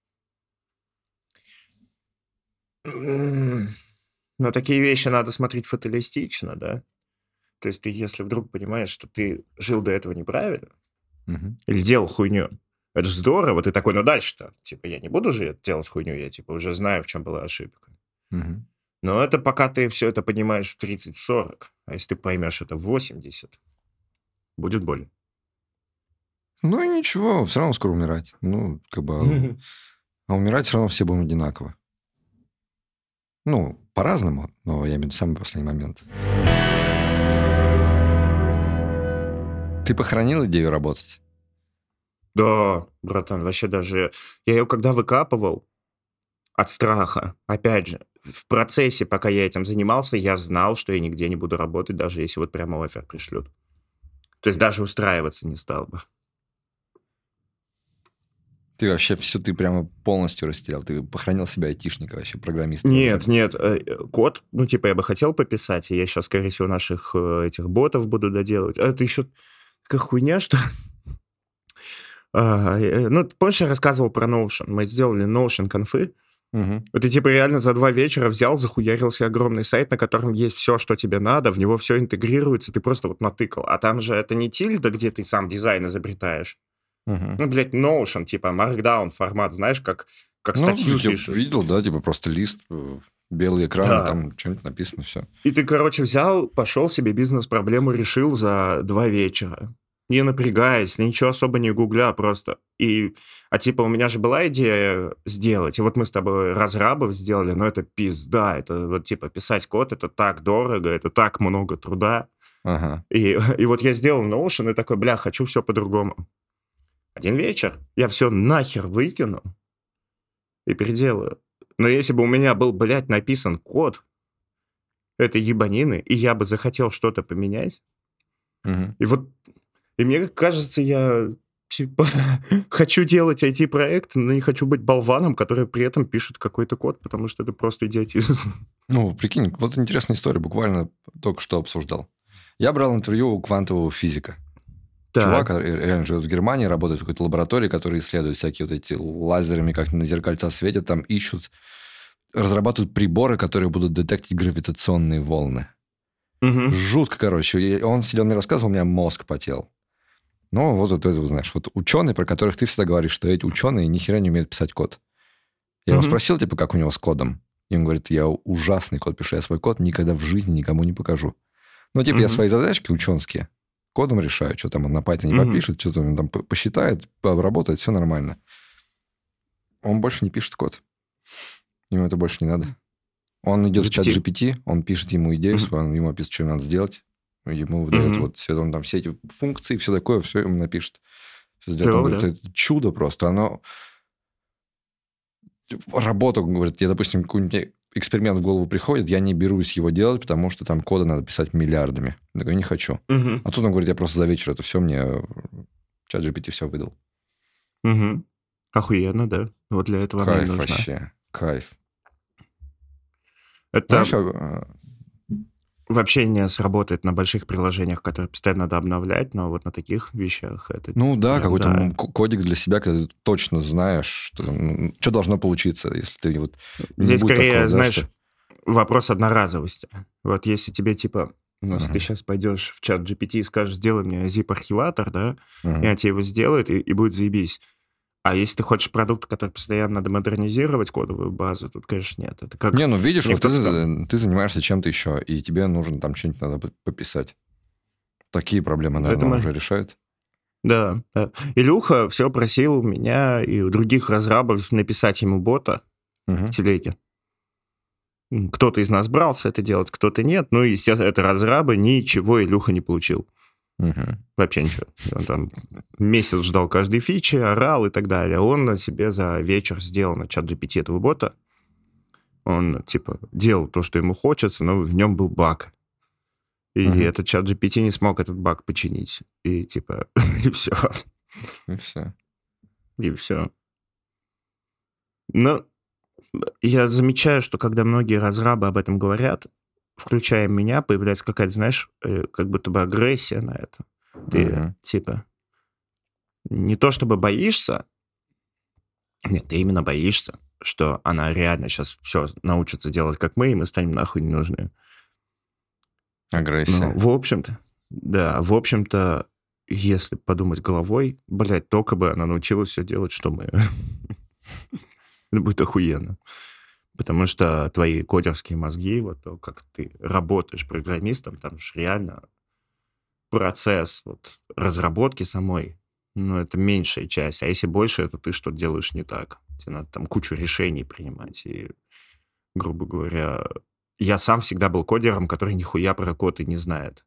Но такие вещи надо смотреть фаталистично, да? То есть ты, если вдруг понимаешь, что ты жил до этого неправильно, Мгм. или делал хуйню, это же здорово, ты такой, ну дальше-то, типа, я не буду же делать хуйню, я, типа, уже знаю, в чем была ошибка. Мгм. Но это пока ты все это понимаешь в 30-40, а если ты поймешь это в 80, будет больно. Ну и ничего, все равно скоро умирать. Ну, как бы... А умирать все равно все будем одинаково. Ну, по-разному, но я имею в виду самый последний момент. Ты похоронил идею работать? Да, братан, вообще даже... Я ее когда выкапывал от страха, опять же, в процессе, пока я этим занимался, я знал, что я нигде не буду работать, даже если вот прямо оффер пришлют. То есть даже устраиваться не стал бы. Ты вообще все, ты прямо полностью растерял. Ты похоронил себя айтишника, вообще программиста. Нет, код, ну, типа, я бы хотел пописать, и я сейчас, скорее всего, наших этих ботов буду доделывать. А это еще такая хуйня, что... Ну, помнишь, я рассказывал про Notion? Мы сделали Notion конфы. Мгм. Это типа реально за 2 вечера взял, захуярил себе огромный сайт, на котором есть все, что тебе надо, в него все интегрируется, ты просто вот натыкал. А там же это не тильда, где ты сам дизайн изобретаешь. Мгм. Ну, блядь, Notion, типа Markdown формат, знаешь, как Ну, статью я пишут. видел, да, типа просто лист, белый экран, Да. там что-нибудь написано, все. И ты, короче, взял, пошел себе бизнес-проблему решил за 2 вечера. Не напрягаясь, ничего особо не гугля, просто. А типа у меня же была идея сделать, и вот мы с тобой разрабов сделали, но это пизда, это вот типа писать код, это так дорого, это так много труда. Ага. И вот я сделал Notion и такой, бля, хочу все по-другому. Один вечер я все нахер выкину и переделаю. Но если бы у меня был, блядь, написан код этой ебанины, и я бы захотел что-то поменять, Мгм. и мне кажется, я типа хочу делать IT-проект, но не хочу быть болваном, который при этом пишет какой-то код, потому что это просто идиотизм. Ну, прикинь, вот интересная история, буквально только что обсуждал. Я брал интервью у квантового физика. чувак реально живет в Германии, работает в какой-то лаборатории, который исследует всякие вот эти лазерами, как на зеркальца светят, там ищут, разрабатывают приборы, которые будут детектить гравитационные волны. Жутко, короче. И он сидел, мне рассказывал, у меня мозг потел. Ну, вот это, знаешь, вот ученые, про которых ты всегда говоришь, что эти ученые ни хера не умеют писать код. Я его спросил, типа, как у него с кодом. И он говорит, я ужасный код пишу, я свой код никогда в жизни никому не покажу. Ну, типа, я свои задачки ученские кодом решаю, что там он на Python попишет, что-то он там посчитает, обработает, все нормально. Он больше не пишет код. Ему это больше не надо. Он идет в чат GPT, он пишет ему идею свою, он ему описывает, что ему надо сделать. Ему выдает вот все, он там все эти функции, все такое, все ему напишет. Все сделает. Он говорит, это чудо просто. Оно... Работу, говорит, я, допустим, какой-нибудь эксперимент в голову приходит, я не берусь его делать, потому что там кода надо писать миллиардами. Я такой, не хочу. А тут он говорит, я просто за вечер это все, мне чат GPT все выдал. Охуенно, да. Вот для этого кайф она и нужна. Вообще, кайф. Это... Вообще не сработает на больших приложениях, которые постоянно надо обновлять, но вот на таких вещах это... Ну да, какой-то кодик для себя, когда ты точно знаешь, что должно получиться, если ты вот... Здесь скорее, такого, знаешь, что... вопрос одноразовости. Вот если тебе типа... Если ты сейчас пойдешь в чат GPT и скажешь, сделай мне zip-архиватор, да, и он тебе его сделает, и будет заебись. А если ты хочешь продукт, который постоянно надо модернизировать кодовую базу, тут, конечно, нет. Это как... Не, ну видишь, вот ты занимаешься чем-то еще, и тебе нужно там что-нибудь надо пописать. Такие проблемы, наверное, уже решают. Да, да. Илюха все просил у меня и у других разрабов написать ему бота в телеге. Кто-то из нас брался это делать, кто-то нет. Ну, естественно, это разрабы, ничего Илюха не получил. Вообще ничего. Он там месяц ждал каждой фичи, орал и так далее. Он на себе за вечер сделал на чат GPT этого бота. Он, типа, делал то, что ему хочется, но в нем был баг. И этот чат GPT не смог этот баг починить. И, типа, и все. И все. И все. Но я замечаю, что когда многие разрабы об этом говорят, включая меня, появляется какая-то, знаешь, как будто бы агрессия на это. Ты, типа, не то чтобы боишься, нет, ты именно боишься, что она реально сейчас все научится делать, как мы, и мы станем нахуй не нужны. Агрессия. Ну, в общем-то, да, в общем-то, если подумать головой, блядь, только бы она научилась все делать, что мы. Это будет охуенно. Потому что твои кодерские мозги, вот то, как ты работаешь программистом, там же реально процесс вот, разработки самой, ну, это меньшая часть. А если больше, то ты что-то делаешь не так. Тебе надо там кучу решений принимать. И, грубо говоря, я сам всегда был кодером, который нихуя про код и не знает.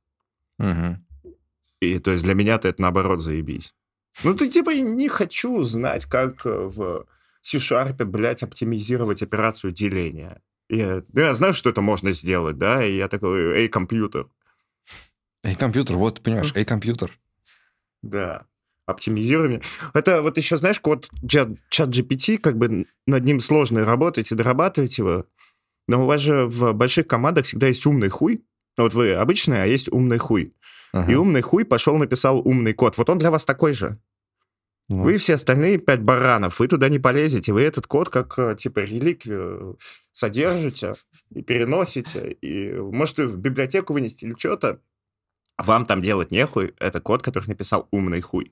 И то есть для меня-то это наоборот заебись. Ну, ты типа не хочу знать, как в C-Sharp, блядь, оптимизировать операцию деления. Я знаю, что это можно сделать, да, и я такой, эй, компьютер. Эй, компьютер, вот, понимаешь, эй, компьютер. Да, оптимизируй меня. Это вот еще, знаешь, код чат GPT, как бы над ним сложно работать и дорабатывать его, но у вас же в больших командах всегда есть умный хуй. Вот вы обычные, а есть умный хуй. И умный хуй пошел, написал умный код. Вот он для вас такой же. Вы все остальные 5 баранов, вы туда не полезете, вы этот код как, типа, реликвию содержите и переносите, и, может, в библиотеку вынести или что-то, вам там делать нехуй, это код, который написал умный хуй.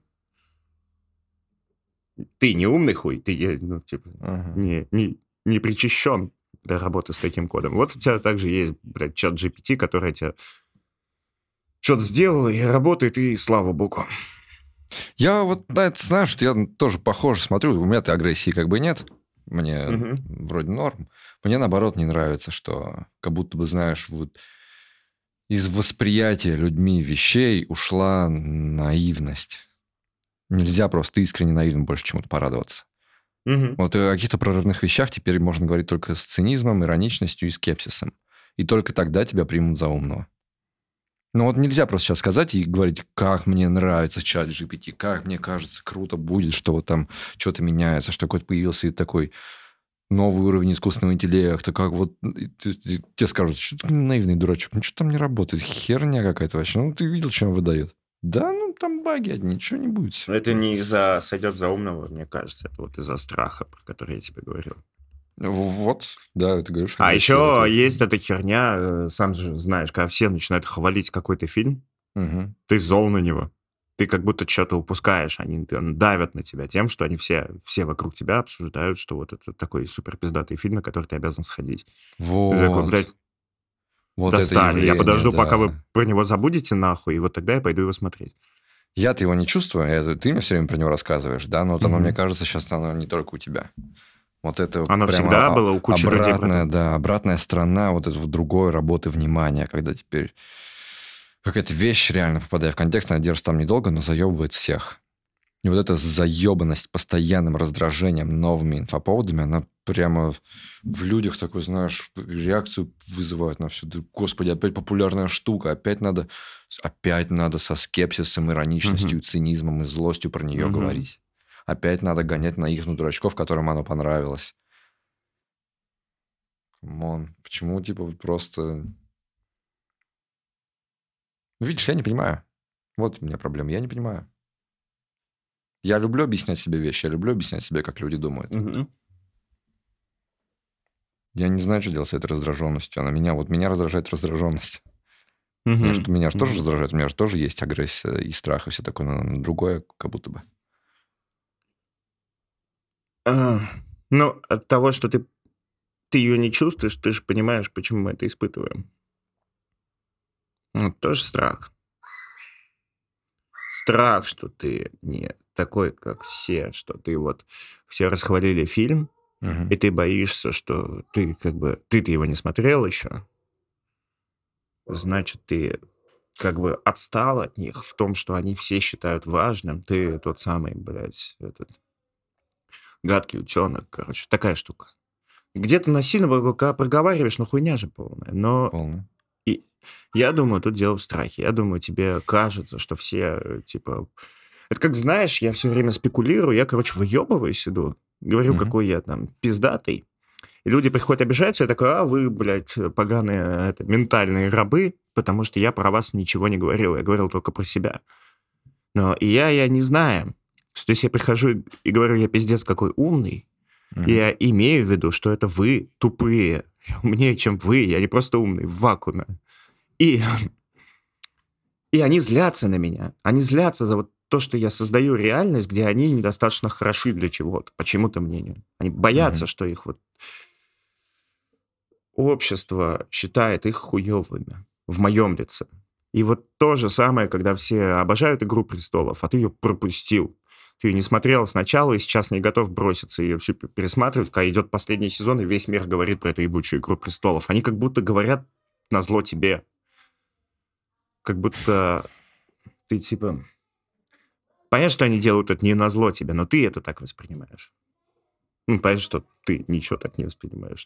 Ты не умный хуй, ты, ну, типа, не причащен для работы с таким кодом. Вот у тебя также есть, блядь, чат GPT, который тебе что-то сделал и работает, и слава богу. Я вот на это знаю, что я тоже похоже смотрю. У меня-то агрессии как бы нет. Мне вроде норм. Мне, наоборот, не нравится, что как будто бы, знаешь, вот из восприятия людьми вещей ушла наивность. Нельзя просто искренне наивно больше чему-то порадоваться. Вот о каких-то прорывных вещах теперь можно говорить только с цинизмом, ироничностью и скепсисом. И только тогда тебя примут за умного. Ну вот нельзя просто сейчас сказать и говорить, как мне нравится чат GPT, как мне кажется, круто будет, что вот там что-то меняется, что какой-то появился и такой новый уровень искусственного интеллекта, как вот тебе скажут, что ты наивный дурачок, ну что там не работает, херня какая-то вообще, ну ты видел, что он выдает. Да, ну там баги одни, ничего не будет. Это не из-за сойдет за умного, мне кажется. Это вот из-за страха, про который я тебе говорил. Вот, да, ты говоришь. А агрессия еще такая. есть эта херня, сам же знаешь, когда все начинают хвалить какой-то фильм, Мгм. ты зол на него. Ты как будто что-то упускаешь. Они давят на тебя тем, что они все вокруг тебя обсуждают, что вот это такой супер пиздатый фильм, на который ты обязан сходить. Ты такой, Вот. блядь, Вот это достали. Я явление, подожду, пока вы да. про него забудете нахуй, и вот тогда я пойду его смотреть. Я-то его не чувствую, ты мне все время про него рассказываешь, да, но вот оно, Мгм. мне кажется, сейчас оно не только у тебя. Вот это Оно прямо всегда было у кучи людей. обратная, да, обратная сторона вот этого другой работы внимания, когда теперь какая-то вещь, реально попадая в контекст, она держится там недолго, но заебывает всех. И вот эта заебанность постоянным раздражением новыми инфоповодами, она прямо в людях такой, знаешь, реакцию вызывает на все. Господи, опять популярная штука, опять надо со скепсисом, ироничностью, Мгм. цинизмом и злостью про нее Мгм. говорить. Опять надо гонять наивных дурачков, которым оно понравилось. Камон, почему, типа, вот просто... Ну, видишь, я не понимаю. Вот у меня проблема, я не понимаю. Я люблю объяснять себе вещи, я люблю объяснять себе, как люди думают. Мгм. Я не знаю, что делать с этой раздраженностью. Меня раздражает раздраженность. Мгм. Меня же тоже Мгм. раздражает. У меня же тоже есть агрессия и страх, и все такое, но другое как будто бы. А, Ну, от того, что ты ее не чувствуешь, ты же понимаешь, почему мы это испытываем. Ну, тоже страх. Страх, что ты не такой, как все, что ты вот... Все расхвалили фильм, Мгм. и ты боишься, что ты как бы... Ты-то его не смотрел еще, значит, ты как бы отстал от них в том, что они все считают важным. Ты тот самый, блядь, этот гадкий утенок, короче, такая штука. Где-то насильно проговариваешь, но хуйня же полная. Но Полно. и я думаю, тут дело в страхе. Я думаю, тебе кажется, что все, типа... Это как, знаешь, я все время спекулирую, я, короче, выебываюсь иду, говорю, Мгм. какой я там пиздатый. И люди приходят, обижаются, я такой, а вы, блядь, поганые ментальные рабы, потому что я про вас ничего не говорил, я говорил только про себя. Но и я не знаю. То есть я прихожу и говорю, я пиздец какой умный, Мгм. и я имею в виду, что это вы тупые, умнее, чем вы, я не просто умный, в вакууме. И, и они злятся на меня, они злятся за вот то, что я создаю реальность, где они недостаточно хороши для чего-то, по чему-то мнению. Они боятся, Мгм. что их вот общество считает их хуёвыми в моем лице. И вот то же самое, когда все обожают «Игру престолов», а ты ее пропустил. Ты ее не смотрел сначала и сейчас не готов броситься ее всю пересматривать, когда идет последний сезон, и весь мир говорит про эту ебучую «Игру престолов». Они как будто говорят назло тебе. Как будто ты типа... Понятно, что они делают это не назло тебе, но ты это так воспринимаешь. Ну, понятно, что ты ничего так не воспринимаешь.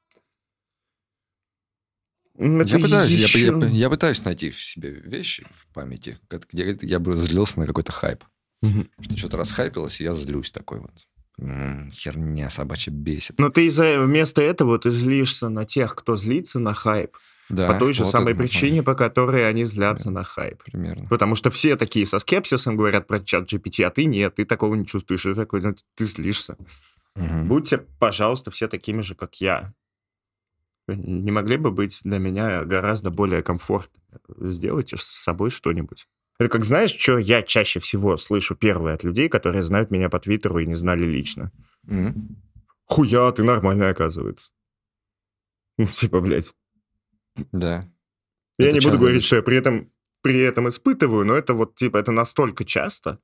Это Я пытаюсь найти в себе вещи в памяти, где я бы злился на какой-то хайп. Мгм. Что что-то расхайпилось, и я злюсь такой вот. Херня собачья бесит. Но ты вместо этого ты злишься на тех, кто злится на хайп. Да, По той же вот самой это причине, по которой они злятся на хайп. примерно. Потому что все такие со скепсисом говорят про чат GPT, а ты нет, ты такого не чувствуешь, ты такой, ну, ты злишься. Мгм. Будьте, пожалуйста, все такими же, как я. Вы не могли бы быть для меня гораздо более комфортно? Сделайте с собой что-нибудь. Это как, знаешь, что я чаще всего слышу первое от людей, которые знают меня по Твиттеру и не знали лично? Мгм. Хуя, ты нормальный, оказывается. Ну, типа, блядь. Да. Я Это не буду часто- говорить, что я при этом испытываю, но это вот, типа, это настолько часто,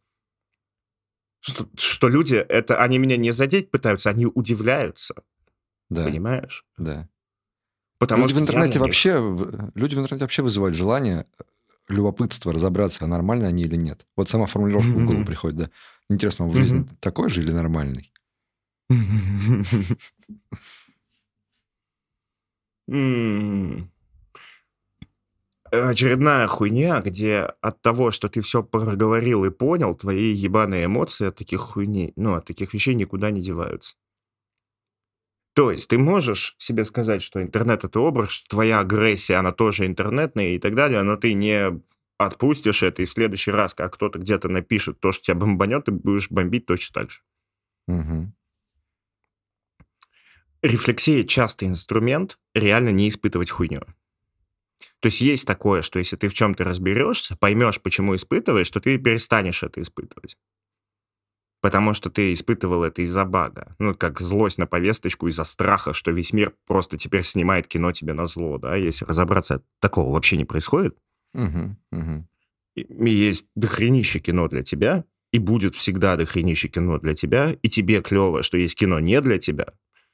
что люди, это, они меня не задеть пытаются, они удивляются, Да, понимаешь? да. Потому Люди в что я интернете для них... вообще вызывают желание, любопытство разобраться, а нормально они или нет. Вот сама формулировка в голову приходит, да. Интересно, он в жизни такой же или нормальный? М. Очередная хуйня, где от того, что ты все проговорил и понял, твои ебаные эмоции от таких хуйней, ну, от таких вещей никуда не деваются. То есть ты можешь себе сказать, что интернет — это образ, что твоя агрессия, она тоже интернетная и так далее, но ты не отпустишь это, и в следующий раз, как кто-то где-то напишет то, что тебя бомбанет, ты будешь бомбить точно так же. Мгм. Рефлексия частый инструмент реально не испытывать хуйню. То есть такое, что если ты в чем-то разберешься, поймешь, почему испытываешь, то ты перестанешь это испытывать. Потому что ты испытывал это из-за бага. Ну, как злость на повесточку из-за страха, что весь мир просто теперь снимает кино тебе на зло, да? Если разобраться, такого вообще не происходит. Мгм. Мгм. И есть дохренище кино для тебя, и будет всегда дохренище кино для тебя, и тебе клево, что есть кино не для тебя.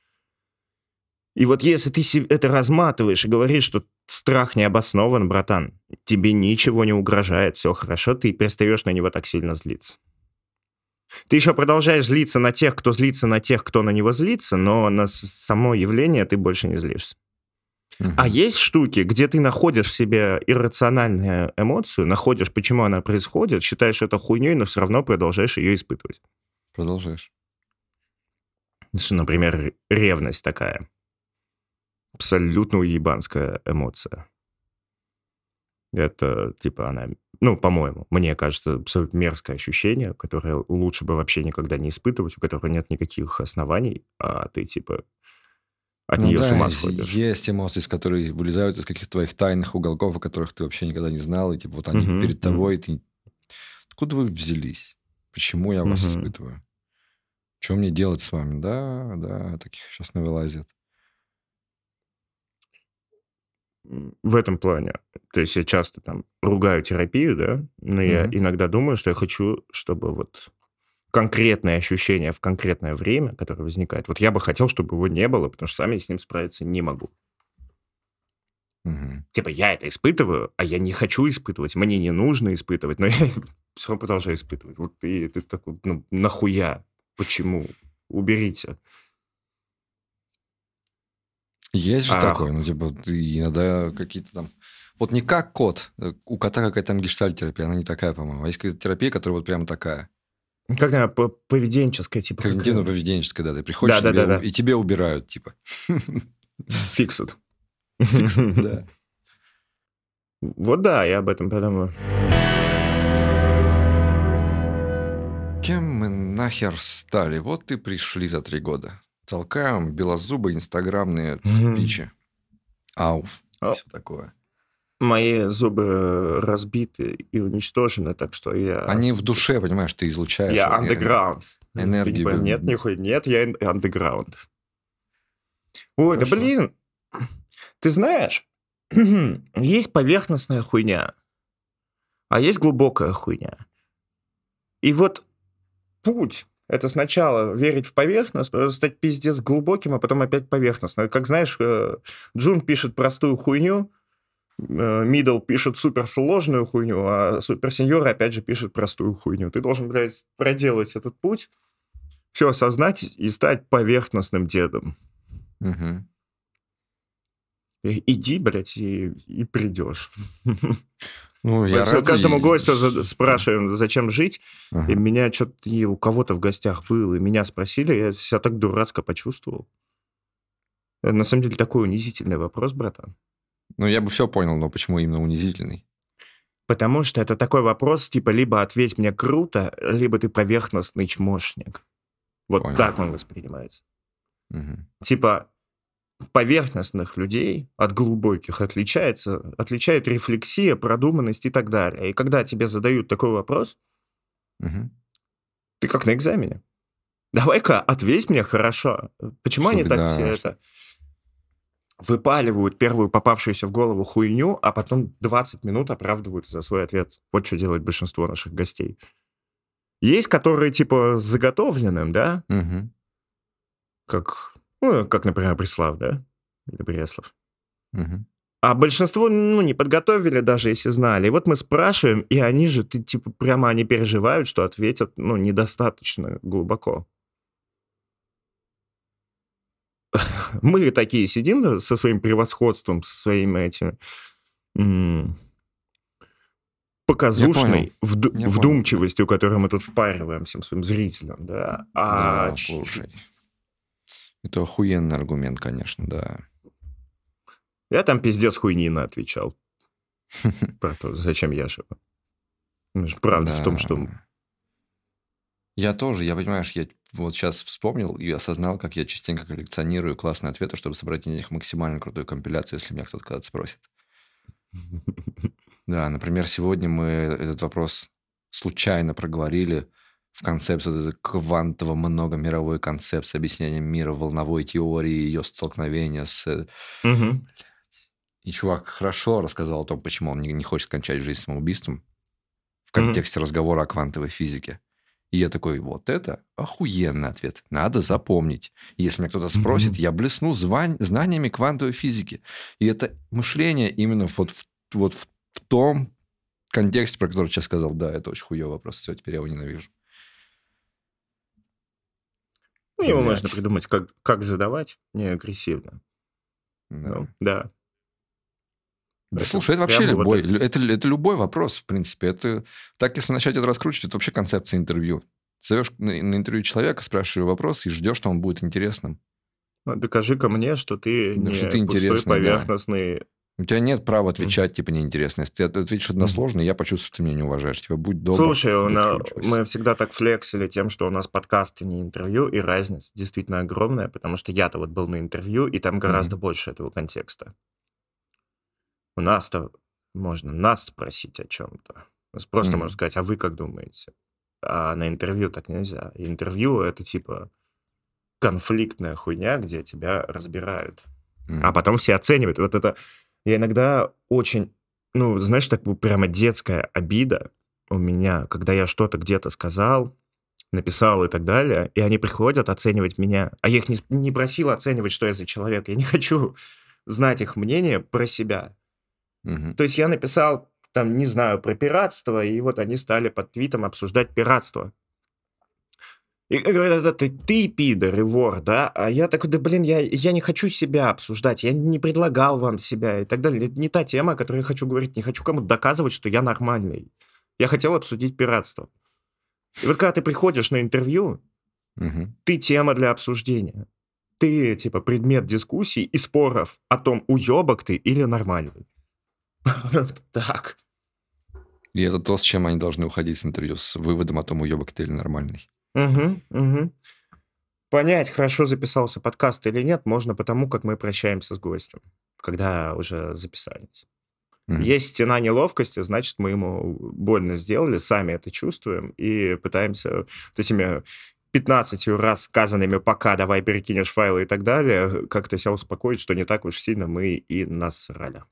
И вот если ты это разматываешь и говоришь, что страх не обоснован, братан, тебе ничего не угрожает, все хорошо, ты перестаешь на него так сильно злиться. Ты еще продолжаешь злиться на тех, кто на него злится, но на само явление ты больше не злишься. А Мгм. есть штуки, где ты находишь в себе иррациональную эмоцию, находишь, почему она происходит, считаешь это хуйней, но все равно продолжаешь ее испытывать. Продолжаешь. Что, например, ревность такая. Абсолютно уебанская эмоция. Это, типа, она, ну, по-моему, мне кажется, абсолютно мерзкое ощущение, которое лучше бы вообще никогда не испытывать, у которого нет никаких оснований, а ты, типа, от Ну нее с да, ума сходишь. есть эмоции, которые вылезают из каких-то твоих тайных уголков, о которых ты вообще никогда не знал, и типа вот они Мгм, перед тобой, и ты... Откуда вы взялись? Почему я вас мгм. испытываю? Что мне делать с вами? Да, да, таких сейчас навылазит. В этом плане. То есть я часто там ругаю терапию, да, но я Мгм. иногда думаю, что я хочу, чтобы вот конкретное ощущение в конкретное время, которое возникает, вот я бы хотел, чтобы его не было, потому что сам я с ним справиться не могу. Мгм. Типа я это испытываю, а я не хочу испытывать, мне не нужно испытывать, но я все равно продолжаю испытывать. Вот ты такой, ну, нахуя? Почему? Уберите. Есть же Ах, такое, ну, типа, ты иногда какие-то там... Вот не как кот. У кота какая-то там гештальт-терапия, она не такая, по-моему. А есть какая-то терапия, которая вот прямо такая. как она, поведенческая, типа, как... Когнитивно-поведенческая, да. Ты приходишь, Да-да-да-да. и тебе убирают, типа. Фиксит. Фикс, да. Вот да, я об этом подумаю. Кем мы нахер стали? Вот и пришли за 3 года. Толкаем белозубые инстаграмные спичи. Ауф. О, Все такое. мои зубы разбиты и уничтожены, так что Они в душе, понимаешь, ты излучаешь я вот андеграунд. Ты не энергию. понимаешь, нет, нихуя, нет, я андеграунд. Ой, да Хорошо. блин, ты знаешь, есть поверхностная хуйня, а есть глубокая хуйня. И вот путь — это сначала верить в поверхность, стать пиздец глубоким, а потом опять поверхностно. Как знаешь, Джун пишет простую хуйню, Мидл пишет суперсложную хуйню, а суперсеньор опять же пишет простую хуйню. Ты должен, блядь, проделать этот путь, все осознать и стать поверхностным дедом. Мгм. Иди, блядь, и придешь. Ну, я рад. Каждому гостю спрашиваем, зачем жить. И Ага. меня что-то у кого-то в гостях было, и меня спросили, я себя так дурацко почувствовал. Это, на самом деле, такой унизительный вопрос, братан. Ну, я бы все понял, но почему именно унизительный? Потому что это такой вопрос, типа, либо ответь мне круто, либо ты поверхностный чмошник. Вот Понял. так он воспринимается. Мгм. Типа, поверхностных людей от глубоких отличает рефлексия, продуманность и так далее. И когда тебе задают такой вопрос, Мгм. ты как на экзамене. Давай-ка ответь мне хорошо. Почему они Чтобы, так да, все это выпаливают первую попавшуюся в голову хуйню, а потом 20 минут оправдываются за свой ответ? Вот что делает большинство наших гостей. Есть, которые, типа, с заготовленным, да? Мгм. Как, например, Преслав, да? Или Преслав. Мгм. А большинство, не подготовили, даже если знали. И вот мы спрашиваем, и они же, типа, прямо они переживают, что ответят, недостаточно глубоко. Мы такие сидим со своим превосходством, со своим этим показушной Я понял. вдумчивостью, которую мы тут впариваем всем своим зрителям, да. Да, слушай. Это охуенный аргумент, конечно, да. Я там пиздец хуйнина отвечал. Про то, зачем я живу. Ну, правда в том, что... Да. Я тоже, понимаешь, я вот сейчас вспомнил и осознал, как я частенько коллекционирую классные ответы, чтобы собрать из них максимально крутую компиляцию, если меня кто-то когда-то спросит. Да, например, сегодня мы этот вопрос случайно проговорили в концепции вот этой квантово-многомировой концепции объяснения мира, волновой теории, ее столкновения с... Мгм. И чувак хорошо рассказал о том, почему он не хочет кончать жизнь самоубийством в Мгм. контексте разговора о квантовой физике. И я такой, вот это охуенный ответ. Надо запомнить. Если меня кто-то спросит, Мгм. я блесну знаниями квантовой физики. И это мышление именно вот в том контексте, про который я сейчас сказал. Да, это очень хуёвый вопрос. Все, теперь я его ненавижу. Ну, его можно Блядь. придумать, как задавать, не агрессивно. Да. Ну, да. Да Это слушай, это вообще прямо вот любой, это. это любой вопрос, в принципе. Это так, если начать это раскручивать, это вообще концепция интервью. Зовешь на интервью человека, спрашиваешь вопрос и ждешь, что он будет интересным. Ну, докажи-ка мне, что ты Да, что не ты пустой, интересный, да. поверхностный. У тебя нет права Мгм. отвечать, типа, неинтересно. Если ты ответишь Мгм. односложно, я почувствую, что ты меня не уважаешь. Типа, будь добр, Слушай, выкручивайся. мы всегда так флексили тем, что у нас подкасты не интервью, и разница действительно огромная, потому что я-то вот был на интервью, и там гораздо больше этого контекста. У нас-то можно нас спросить о чем-то. У нас просто можно сказать, а вы как думаете? А на интервью так нельзя. И интервью — это типа конфликтная хуйня, где тебя разбирают. А потом все оценивают. Вот это... Я иногда очень... Ну, знаешь, так прямо детская обида у меня, когда я что-то где-то сказал, написал и так далее, и они приходят оценивать меня. А я их не просил оценивать, что я за человек. Я не хочу знать их мнение про себя. То есть я написал, там, не знаю, про пиратство, и вот они стали под твитом обсуждать пиратство. И говорят, это ты пидор и вор, да? А я такой, да блин, я не хочу себя обсуждать, я не предлагал вам себя и так далее. Это не та тема, о которой я хочу говорить, не хочу кому-то доказывать, что я нормальный. Я хотел обсудить пиратство. И вот когда ты приходишь на интервью, ты тема для обсуждения. Ты, типа, предмет дискуссий и споров о том, уебок ты или нормальный. Так. И это то, с чем они должны уходить с интервью, с выводом о том, уебок ты или нормальный. Угу. Понять, хорошо записался подкаст или нет, можно потому, как мы прощаемся с гостем, когда уже записались. Есть стена неловкости, значит, мы ему больно сделали, сами это чувствуем и пытаемся вот этими 15 раз сказанными «пока, давай перекинешь файлы» и так далее, как-то себя успокоить, что не так уж сильно мы и насрали.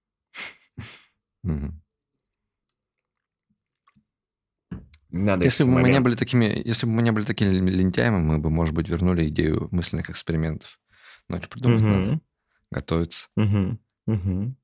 Надо Если этот бы мы не момент. были такими лентяями, мы бы, может быть, вернули идею мысленных экспериментов. Но это придумать надо. Готовиться. Мгм.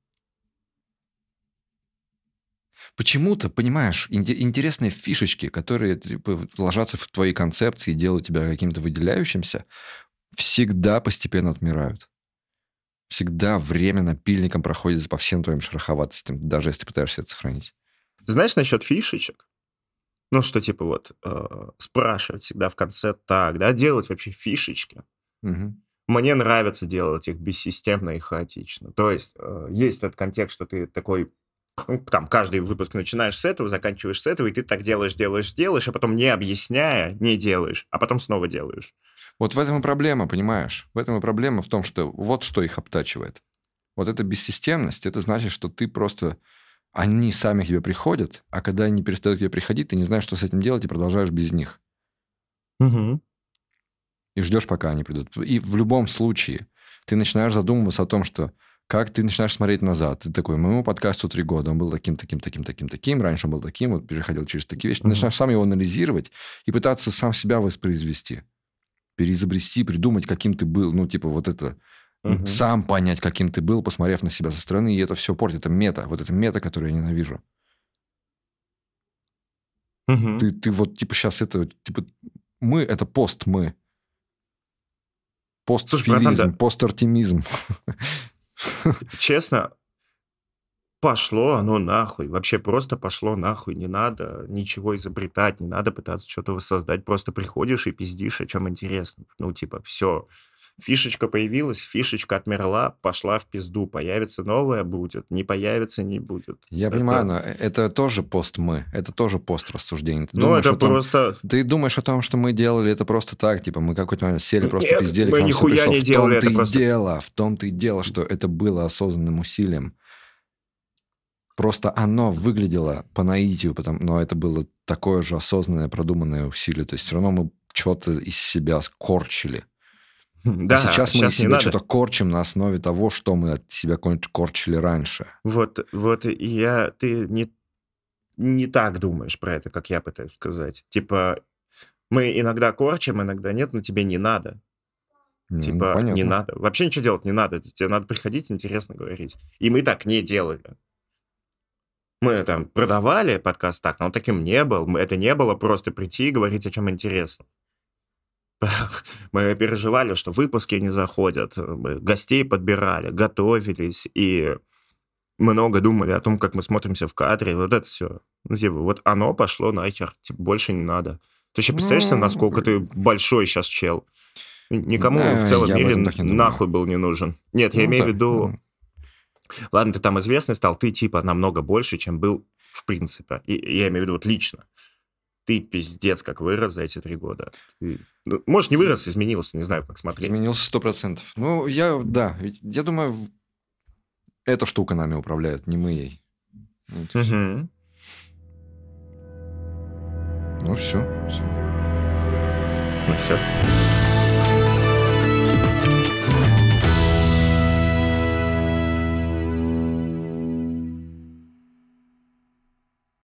Почему-то, понимаешь, интересные фишечки, которые типа, ложатся в твои концепции и делают тебя каким-то выделяющимся, всегда постепенно отмирают. Всегда время напильником проходит по всем твоим шероховатостям, даже если ты пытаешься это сохранить. Ты знаешь насчет фишечек? Ну, что типа вот спрашивать всегда в конце так, да, делать вообще фишечки. Мне нравится делать их бессистемно и хаотично. То есть есть этот контекст, что ты такой, ну, там, каждый выпуск начинаешь с этого, заканчиваешь с этого, и ты так делаешь, а потом не объясняя, не делаешь, а потом снова делаешь. Вот в этом и проблема, понимаешь? В этом и проблема в том, что вот что их обтачивает. Вот эта бессистемность, это значит, что ты просто... Они сами к тебе приходят, а когда они перестают к тебе приходить, ты не знаешь, что с этим делать, и продолжаешь без них. Угу. И ждешь, пока они придут. И в любом случае ты начинаешь задумываться о том, что как ты начинаешь смотреть назад. Ты такой, моему подкасту 3 года, он был таким, раньше он был таким, вот переходил через такие вещи. Ты начинаешь сам его анализировать и пытаться сам себя воспроизвести, переизобрести, придумать, каким ты был. Ну, типа вот это... Сам понять, каким ты был, посмотрев на себя со стороны, и это все портит. Это мета. Вот это мета, которую я ненавижу. Ты вот, типа, сейчас это... Типа, мы — это пост-мы. Постфилизм, постартемизм. Честно, пошло оно нахуй. Вообще просто пошло нахуй. Не надо ничего изобретать, не надо пытаться что-то воссоздать. Просто приходишь и пиздишь, о чем интересно. Ну, типа, все. Фишечка появилась, фишечка отмерла, пошла в пизду. Появится новая, будет. Не появится, не будет. Я понимаю, но это тоже пост-мы, это тоже пост-рассуждение. Ты Ну, думаешь это о том, просто... Ты думаешь о том, что мы делали это просто так, типа мы какой-то момент сели, просто Нет, пиздели, мы к нам всё нихуя пришло. не делали, это просто... В том-то и дело, что это было осознанным усилием. Просто оно выглядело по наитию, но это было такое же осознанное, продуманное усилие. То есть все равно мы что-то из себя скорчили. Да, а сейчас мы из не себя надо. что-то корчим на основе того, что мы от себя корчили раньше. Вот, и ты не так думаешь про это, как я пытаюсь сказать. Типа, мы иногда корчим, иногда нет, но тебе не надо. Типа, не понятно. надо. Вообще ничего делать не надо. Тебе надо приходить, интересно говорить. И мы так не делали. Мы там продавали подкаст так, но он таким не был. Это не было просто прийти и говорить, о чем интересно. Мы переживали, что выпуски не заходят, мы гостей подбирали, готовились и много думали о том, как мы смотримся в кадре. Вот это все. Ну, типа, вот оно пошло нахер. Типа, больше не надо. Ты еще представляешь себе, насколько ты большой сейчас чел? Никому Да, в целом я об мире этом так не думаю. нахуй был не нужен. Нет, я Ну имею в да, виду... Ладно, ты там известный стал, ты типа намного больше, чем был в принципе. И я имею в виду вот лично. Ты пиздец как вырос за эти 3 года. Ну, может, не вырос, изменился, не знаю, как смотреть. Изменился 100%. Ну, я думаю, эта штука нами управляет, не мы ей. Вот и всё. Мгм. Ну, все. Ну все.